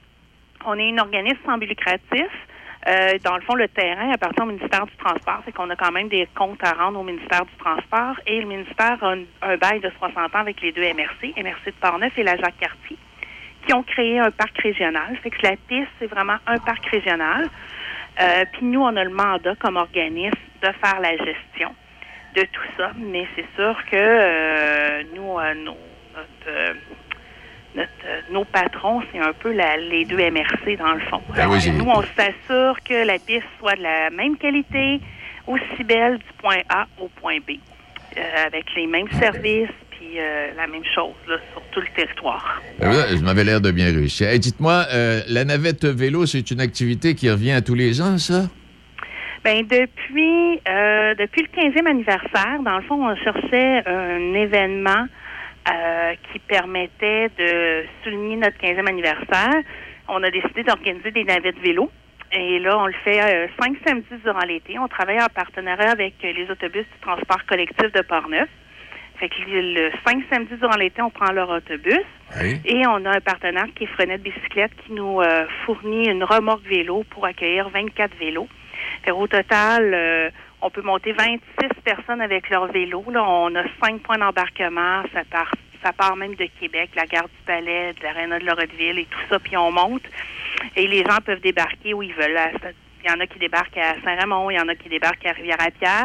on est un organisme sans but lucratif. Euh, dans le fond, le terrain appartient au ministère du Transport. C'est qu'on a quand même des comptes à rendre au ministère du Transport. Et le ministère a un, un bail de soixante ans avec les deux M R C, M R C de Portneuf et la Jacques-Cartier, qui ont créé un parc régional. Fait que la piste, c'est vraiment un parc régional. Euh, Puis nous, on a le mandat comme organisme de faire la gestion de tout ça. Mais c'est sûr que euh, nous, euh, nos, notre, euh, notre, euh, nos patrons, c'est un peu la, les deux M R C dans le fond. Ben oui, euh, nous, on s'assure que la piste soit de la même qualité, aussi belle du point A au point B, euh, avec les mêmes services, puis euh, la même chose là, sur tout le territoire. Ben là, je m'avais l'air de bien réussir. Hey, dites-moi, euh, la navette vélo, c'est une activité qui revient à tous les ans, ça? Bien, depuis, euh, depuis le quinzième anniversaire, dans le fond, on cherchait un événement euh, qui permettait de souligner notre quinzième anniversaire. On a décidé d'organiser des navettes vélo. Et là, on le fait euh, cinq samedis durant l'été. On travaille en partenariat avec les autobus du transport collectif de Portneuf. Fait que le cinq samedis durant l'été, on prend leur autobus. Oui. Et on a un partenaire qui est Frenette Bicyclette qui nous euh, fournit une remorque vélo pour accueillir vingt-quatre vélos. Fait au total, euh, on peut monter vingt-six personnes avec leur vélo. Là, on a cinq points d'embarquement. Ça part, ça part même de Québec, la gare du Palais, de l'aréna de Loretteville et tout ça. Puis on monte. Et les gens peuvent débarquer où ils veulent. Il y en a qui débarquent à Saint-Raymond, il y en a qui débarquent à Rivière-à-Pierre.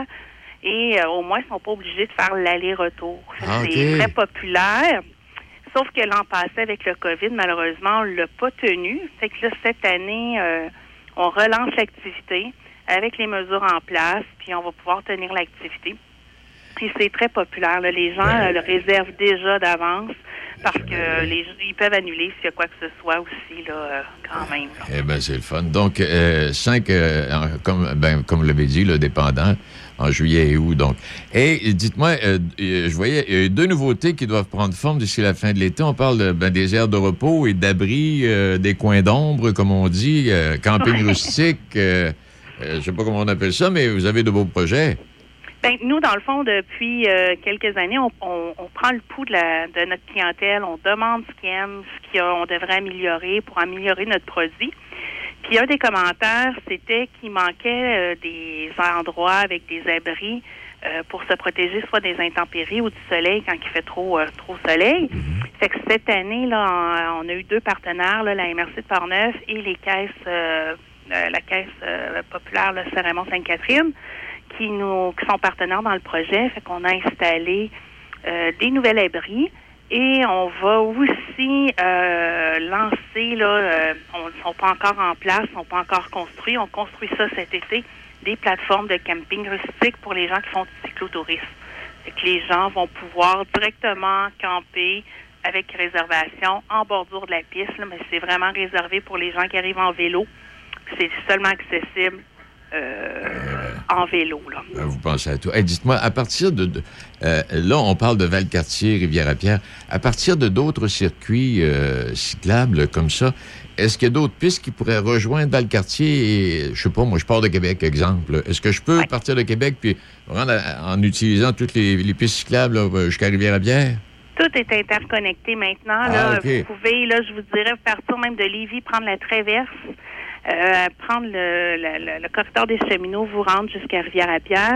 Et euh, au moins, ils ne sont pas obligés de faire l'aller-retour. Ah, c'est okay. très populaire. Sauf que l'an passé, avec le COVID, malheureusement, on ne l'a pas tenu. Fait que là, cette année, euh, on relance l'activité avec les mesures en place, puis on va pouvoir tenir l'activité. Et c'est très populaire. Là. Les gens ben... euh, le réservent déjà d'avance parce que les, ils peuvent annuler s'il y a quoi que ce soit aussi, là, euh, quand même. Là. Eh bien, c'est le fun. Donc, euh, cinq, euh, comme, ben, comme vous l'avez dit, le dépendant, en juillet et août, donc. Et dites-moi, euh, je voyais il y a deux nouveautés qui doivent prendre forme d'ici la fin de l'été. On parle de, ben, des aires de repos et d'abris, euh, des coins d'ombre, comme on dit, euh, camping rustique, euh, euh, je ne sais pas comment on appelle ça, mais vous avez de beaux projets. Bien, nous, dans le fond, depuis euh, quelques années, on, on, on prend le pouls de, la, de notre clientèle, on demande ce qu'ils aiment, ce qu'on devrait améliorer pour améliorer notre produit. Puis un des commentaires, c'était qu'il manquait euh, des endroits avec des abris euh, pour se protéger soit des intempéries ou du soleil quand il fait trop euh, trop soleil. Fait que cette année, là, on, on a eu deux partenaires, là, la M R C de Portneuf et les caisses, euh, euh, la caisse euh, populaire, le Saint-Raymond-Sainte-Catherine, qui nous qui sont partenaires dans le projet. Fait qu'on a installé euh, des nouvelles abris. Et on va aussi euh, lancer, là, euh, on ne sont pas encore en place, ne sont pas encore construits. On construit ça cet été, des plateformes de camping rustique pour les gens qui font du cyclotourisme. Fait que les gens vont pouvoir directement camper avec réservation en bordure de la piste, là, mais c'est vraiment réservé pour les gens qui arrivent en vélo. C'est seulement accessible Euh, en vélo, là. Vous pensez à tout. Hey, dites-moi, à partir de... de euh, là, on parle de Valcartier, Rivière-à-Pierre. À partir de d'autres circuits euh, cyclables comme ça, est-ce qu'il y a d'autres pistes qui pourraient rejoindre Valcartier? Et, je sais pas, moi, je pars de Québec, exemple. Est-ce que je peux ouais. partir de Québec puis rendre à, en utilisant toutes les, les pistes cyclables là, jusqu'à Rivière-à-Pierre? Tout est interconnecté maintenant. Là. Ah, okay. Vous pouvez, là, je vous dirais, partir même de Lévis, prendre la traverse, Euh, prendre le, le, le, le corridor des cheminots, vous rendre jusqu'à Rivière-à-Pierre.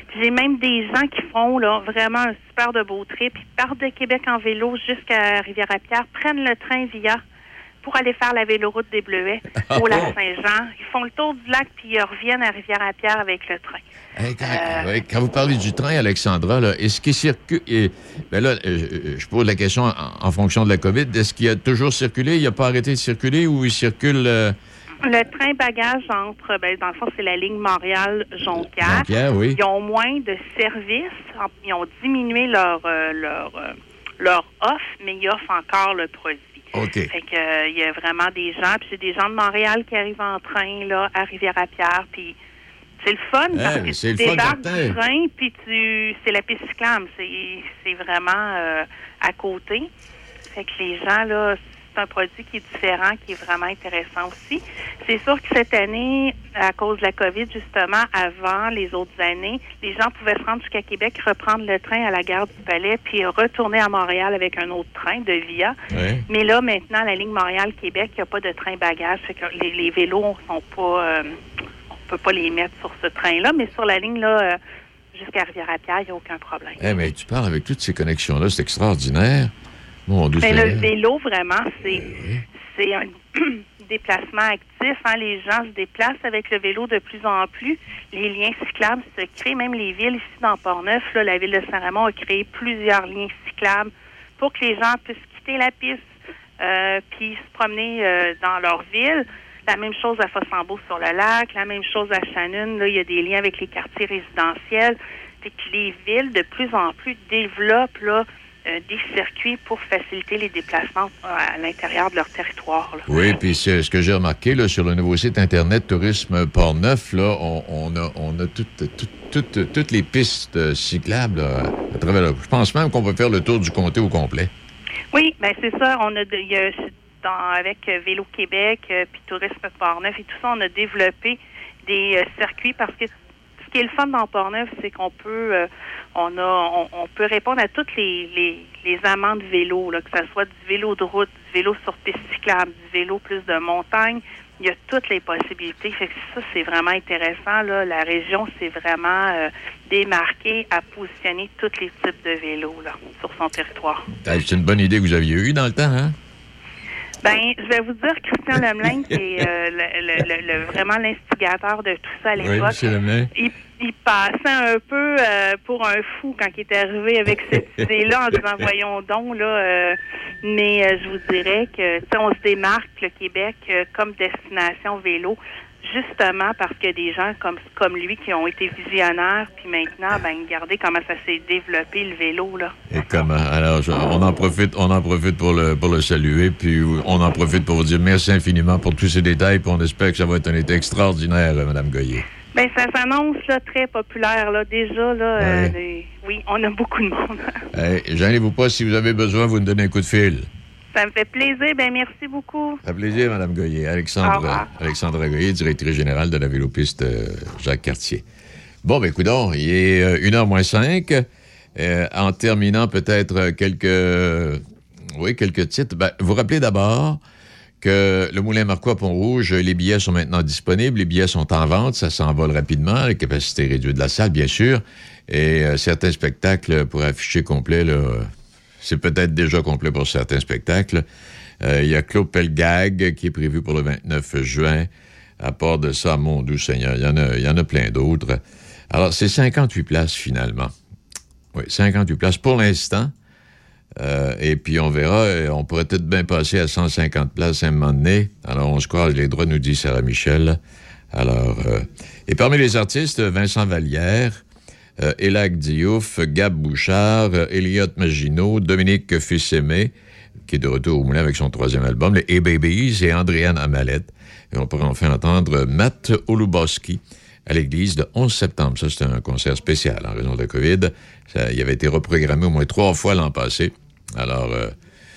J'ai même des gens qui font là vraiment un super de beau trip. Ils partent de Québec en vélo jusqu'à Rivière-à-Pierre, prennent le train via pour aller faire la véloroute des Bleuets au lac Saint-Jean. Ils font le tour du lac puis ils reviennent à Rivière-à-Pierre avec le train. Hey, quand, euh, ouais, quand vous parlez du train, Alexandra, là, est-ce qu'il circule... Et, ben là, euh, je pose la question en, en fonction de la COVID. Est-ce qu'il a toujours circulé? Il n'a pas arrêté de circuler ou il circule... Euh... Le train bagage entre, ben, dans le fond, c'est la ligne Montréal-Jonquière. Jonquière, oui. Ils ont moins de services. Ils ont diminué leur, euh, leur, euh, leur offre, mais ils offrent encore le produit. OK. Fait que, euh, il y a vraiment des gens, puis c'est des gens de Montréal qui arrivent en train, là, à Rivière-à-Pierre, puis c'est le fun, parce hey, que c'est tu le débarques fun, du train, puis tu, c'est la piste cyclable, c'est, c'est vraiment euh, à côté. Fait que les gens, là, c'est un produit qui est différent, qui est vraiment intéressant aussi. C'est sûr que cette année, à cause de la COVID, justement, avant les autres années, les gens pouvaient se rendre jusqu'à Québec, reprendre le train à la gare du Palais, puis retourner à Montréal avec un autre train de Via. Oui. Mais là, maintenant, la ligne Montréal-Québec, il n'y a pas de train bagage. Fait que les, les vélos sont pas... Euh, on peut pas les mettre sur ce train-là, mais sur la ligne, là, euh, jusqu'à Rivière-à-Pierre, il n'y a aucun problème. Eh, mais tu parles avec toutes ces connexions-là, c'est extraordinaire. Mon Dieu, mais c'est... le vélo, vraiment, c'est, c'est un déplacement actif. Hein. Les gens se déplacent avec le vélo de plus en plus. Les liens cyclables se créent. Même les villes ici dans Port-Neuf, là, la ville de Saint-Raymond a créé plusieurs liens cyclables pour que les gens puissent quitter la piste euh, puis se promener euh, dans leur ville. La même chose à Fossambeau sur le lac, la même chose à Shannon. Là, il y a des liens avec les quartiers résidentiels. Fait que les villes, de plus en plus, développent là, euh, des circuits pour faciliter les déplacements à l'intérieur de leur territoire. Là. Oui, puis c'est ce que j'ai remarqué là, sur le nouveau site Internet Tourisme Port-Neuf, là, on, on a, on a toutes, toutes, toutes, toutes les pistes cyclables là, à travers là. Je pense même qu'on peut faire le tour du comté au complet. Oui, bien c'est ça. On a de, il y a, dans, avec Vélo Québec, euh, puis Tourisme Port-Neuf et tout ça, on a développé des euh, circuits parce que ce qui est le fun dans Port-Neuf, c'est qu'on peut euh, on a on, on peut répondre à toutes les, les, les amants de vélo, là, que ce soit du vélo de route, du vélo sur piste cyclable, du vélo plus de montagne. Il y a toutes les possibilités. Fait que ça, c'est vraiment intéressant. Là. La région s'est vraiment euh, démarquée à positionner tous les types de vélos là, sur son territoire. C'est une bonne idée que vous aviez eue dans le temps, hein? Ben, je vais vous dire, Christian Lemelin, qui est euh, le, le, le, le, vraiment l'instigateur de tout ça à l'époque. Oui, c'est Lemelin. Il, il passait un peu euh, pour un fou quand il est arrivé avec cette idée-là en disant, voyons donc, là. Euh, mais euh, je vous dirais que, tu sais, on se démarque, le Québec, euh, comme destination vélo, justement parce qu'il y a des gens comme, comme lui qui ont été visionnaires, puis maintenant, ben, regardez comment ça s'est développé, le vélo, là. Et comment? Alors, je, on en profite, on en profite pour le, pour le saluer, puis on en profite pour vous dire merci infiniment pour tous ces détails, puis on espère que ça va être un été extraordinaire, Mme Goyer. Bien, ça s'annonce, là, très populaire, là. Déjà, là, ouais. euh, les, oui, on a beaucoup de monde. Hey, gênez-vous pas, si vous avez besoin, vous nous donnez un coup de fil. Ça me fait plaisir. Bien, merci beaucoup. Ça fait plaisir, Mme Goyer. Alexandre, Alexandra Goyer, directrice générale de la Vélopiste euh, Jacques Cartier. Bon, ben, coudonc, il est euh, une heure moins cinq. Euh, en terminant, peut-être quelques... Euh, oui, quelques titres. Ben, vous rappelez d'abord que le Moulin Marquois Pont-Rouge, les billets sont maintenant disponibles. Les billets sont en vente. Ça s'envole rapidement. La capacité réduite de la salle, bien sûr. Et euh, certains spectacles pour afficher complet, là... C'est peut-être déjà complet pour certains spectacles. Euh, il y a Claude Pelgag qui est prévu pour le vingt-neuf juin. À part de ça, mon doux Seigneur, il y en a, il y en a plein d'autres. Alors, c'est cinquante-huit places finalement. Oui, cinquante-huit places pour l'instant. Euh, et puis, on verra, on pourrait peut-être bien passer à cent cinquante places à un moment donné. Alors, on se croise les droits, nous dit Sarah Michel. Alors, euh, et parmi les artistes, Vincent Vallière, Euh, Élac Diouf, Gab Bouchard, euh, Elliot Maginot, Dominique Fils-Aimé, qui est de retour au Moulin avec son troisième album, les A-Babies et Andréane Amalette. Et on pourra enfin entendre Matt Oluboski à l'église le onze septembre. Ça, c'est un concert spécial en raison de la COVID. Ça, il avait été reprogrammé au moins trois fois l'an passé. Alors, euh,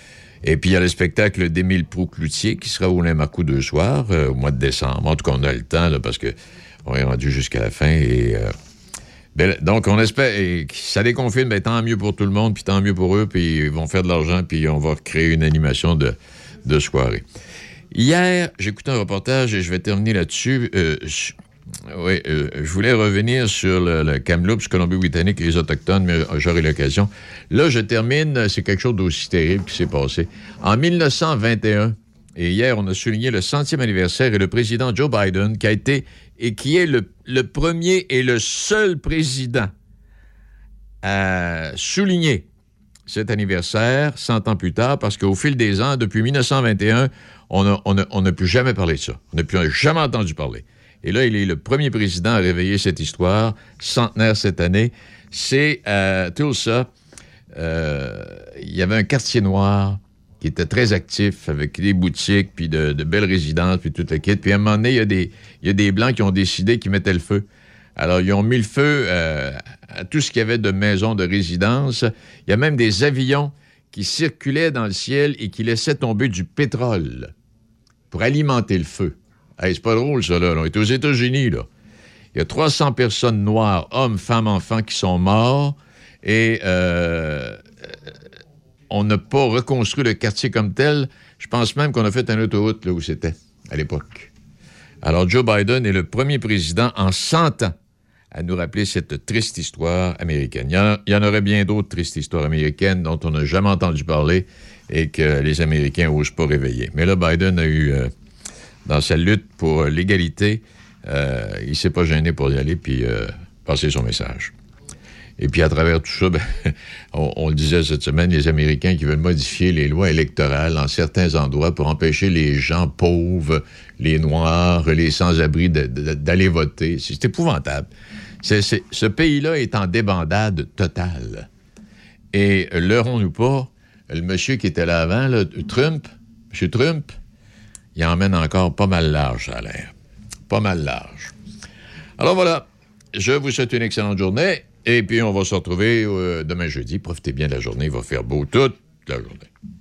et puis il y a le spectacle d'Émile Proulx-Cloutier qui sera au Moulin-Marcoux deux soirs, euh, au mois de décembre. En tout cas, on a le temps, là, parce que on est rendu jusqu'à la fin et... Euh, Ben, donc, on espère et ça déconfine, ben, tant mieux pour tout le monde, puis tant mieux pour eux, puis ils vont faire de l'argent, puis on va créer une animation de, de soirée. Hier, j'ai écouté un reportage, et je vais terminer là-dessus, euh, Oui, euh, je voulais revenir sur le, le Kamloops, Colombie-Britannique et les Autochtones, mais j'aurai l'occasion. Là, je termine, c'est quelque chose d'aussi terrible qui s'est passé. En mille neuf cent vingt et un, et hier, on a souligné le centième anniversaire, et le président Joe Biden, qui a été, et qui est le, le premier et le seul président à souligner cet anniversaire cent ans plus tard, parce qu'au fil des ans, depuis mille neuf cent vingt et un, on n'a on a, on a plus jamais parlé de ça. On n'a plus jamais entendu parler. Et là, il est le premier président à réveiller cette histoire, centenaire cette année. C'est à Tulsa, euh, il y avait un quartier noir qui était très actif, avec des boutiques, puis de, de belles résidences, puis toute la kit. Puis à un moment donné, il y a des, il y a des Blancs qui ont décidé qu'ils mettaient le feu. Alors, ils ont mis le feu euh, à tout ce qu'il y avait de maisons de résidence. Il y a même des avions qui circulaient dans le ciel et qui laissaient tomber du pétrole pour alimenter le feu. Hey, c'est pas drôle, ça, là. On est aux États-Unis, là. Il y a trois cents personnes noires, hommes, femmes, enfants, qui sont morts et euh, on n'a pas reconstruit le quartier comme tel. Je pense même qu'on a fait une autoroute là où c'était, à l'époque. Alors, Joe Biden est le premier président en cent ans à nous rappeler cette triste histoire américaine. Il y en, il y en aurait bien d'autres tristes histoires américaines dont on n'a jamais entendu parler et que les Américains n'osent pas réveiller. Mais là, Biden a eu... Euh, dans sa lutte pour l'égalité, euh, il ne s'est pas gêné pour y aller puis euh, passer son message. Et puis, à travers tout ça, ben, on, on le disait cette semaine, les Américains qui veulent modifier les lois électorales en certains endroits pour empêcher les gens pauvres, les Noirs, les sans-abri de, de, d'aller voter. C'est épouvantable. C'est, c'est, ce pays-là est en débandade totale. Et leurrons-nous pas, le monsieur qui était là avant, là, Trump, M. Trump, il emmène encore pas mal large, ça a l'air. Pas mal large. Alors voilà, je vous souhaite une excellente journée, et puis on va se retrouver euh, demain jeudi. Profitez bien de la journée, il va faire beau toute la journée.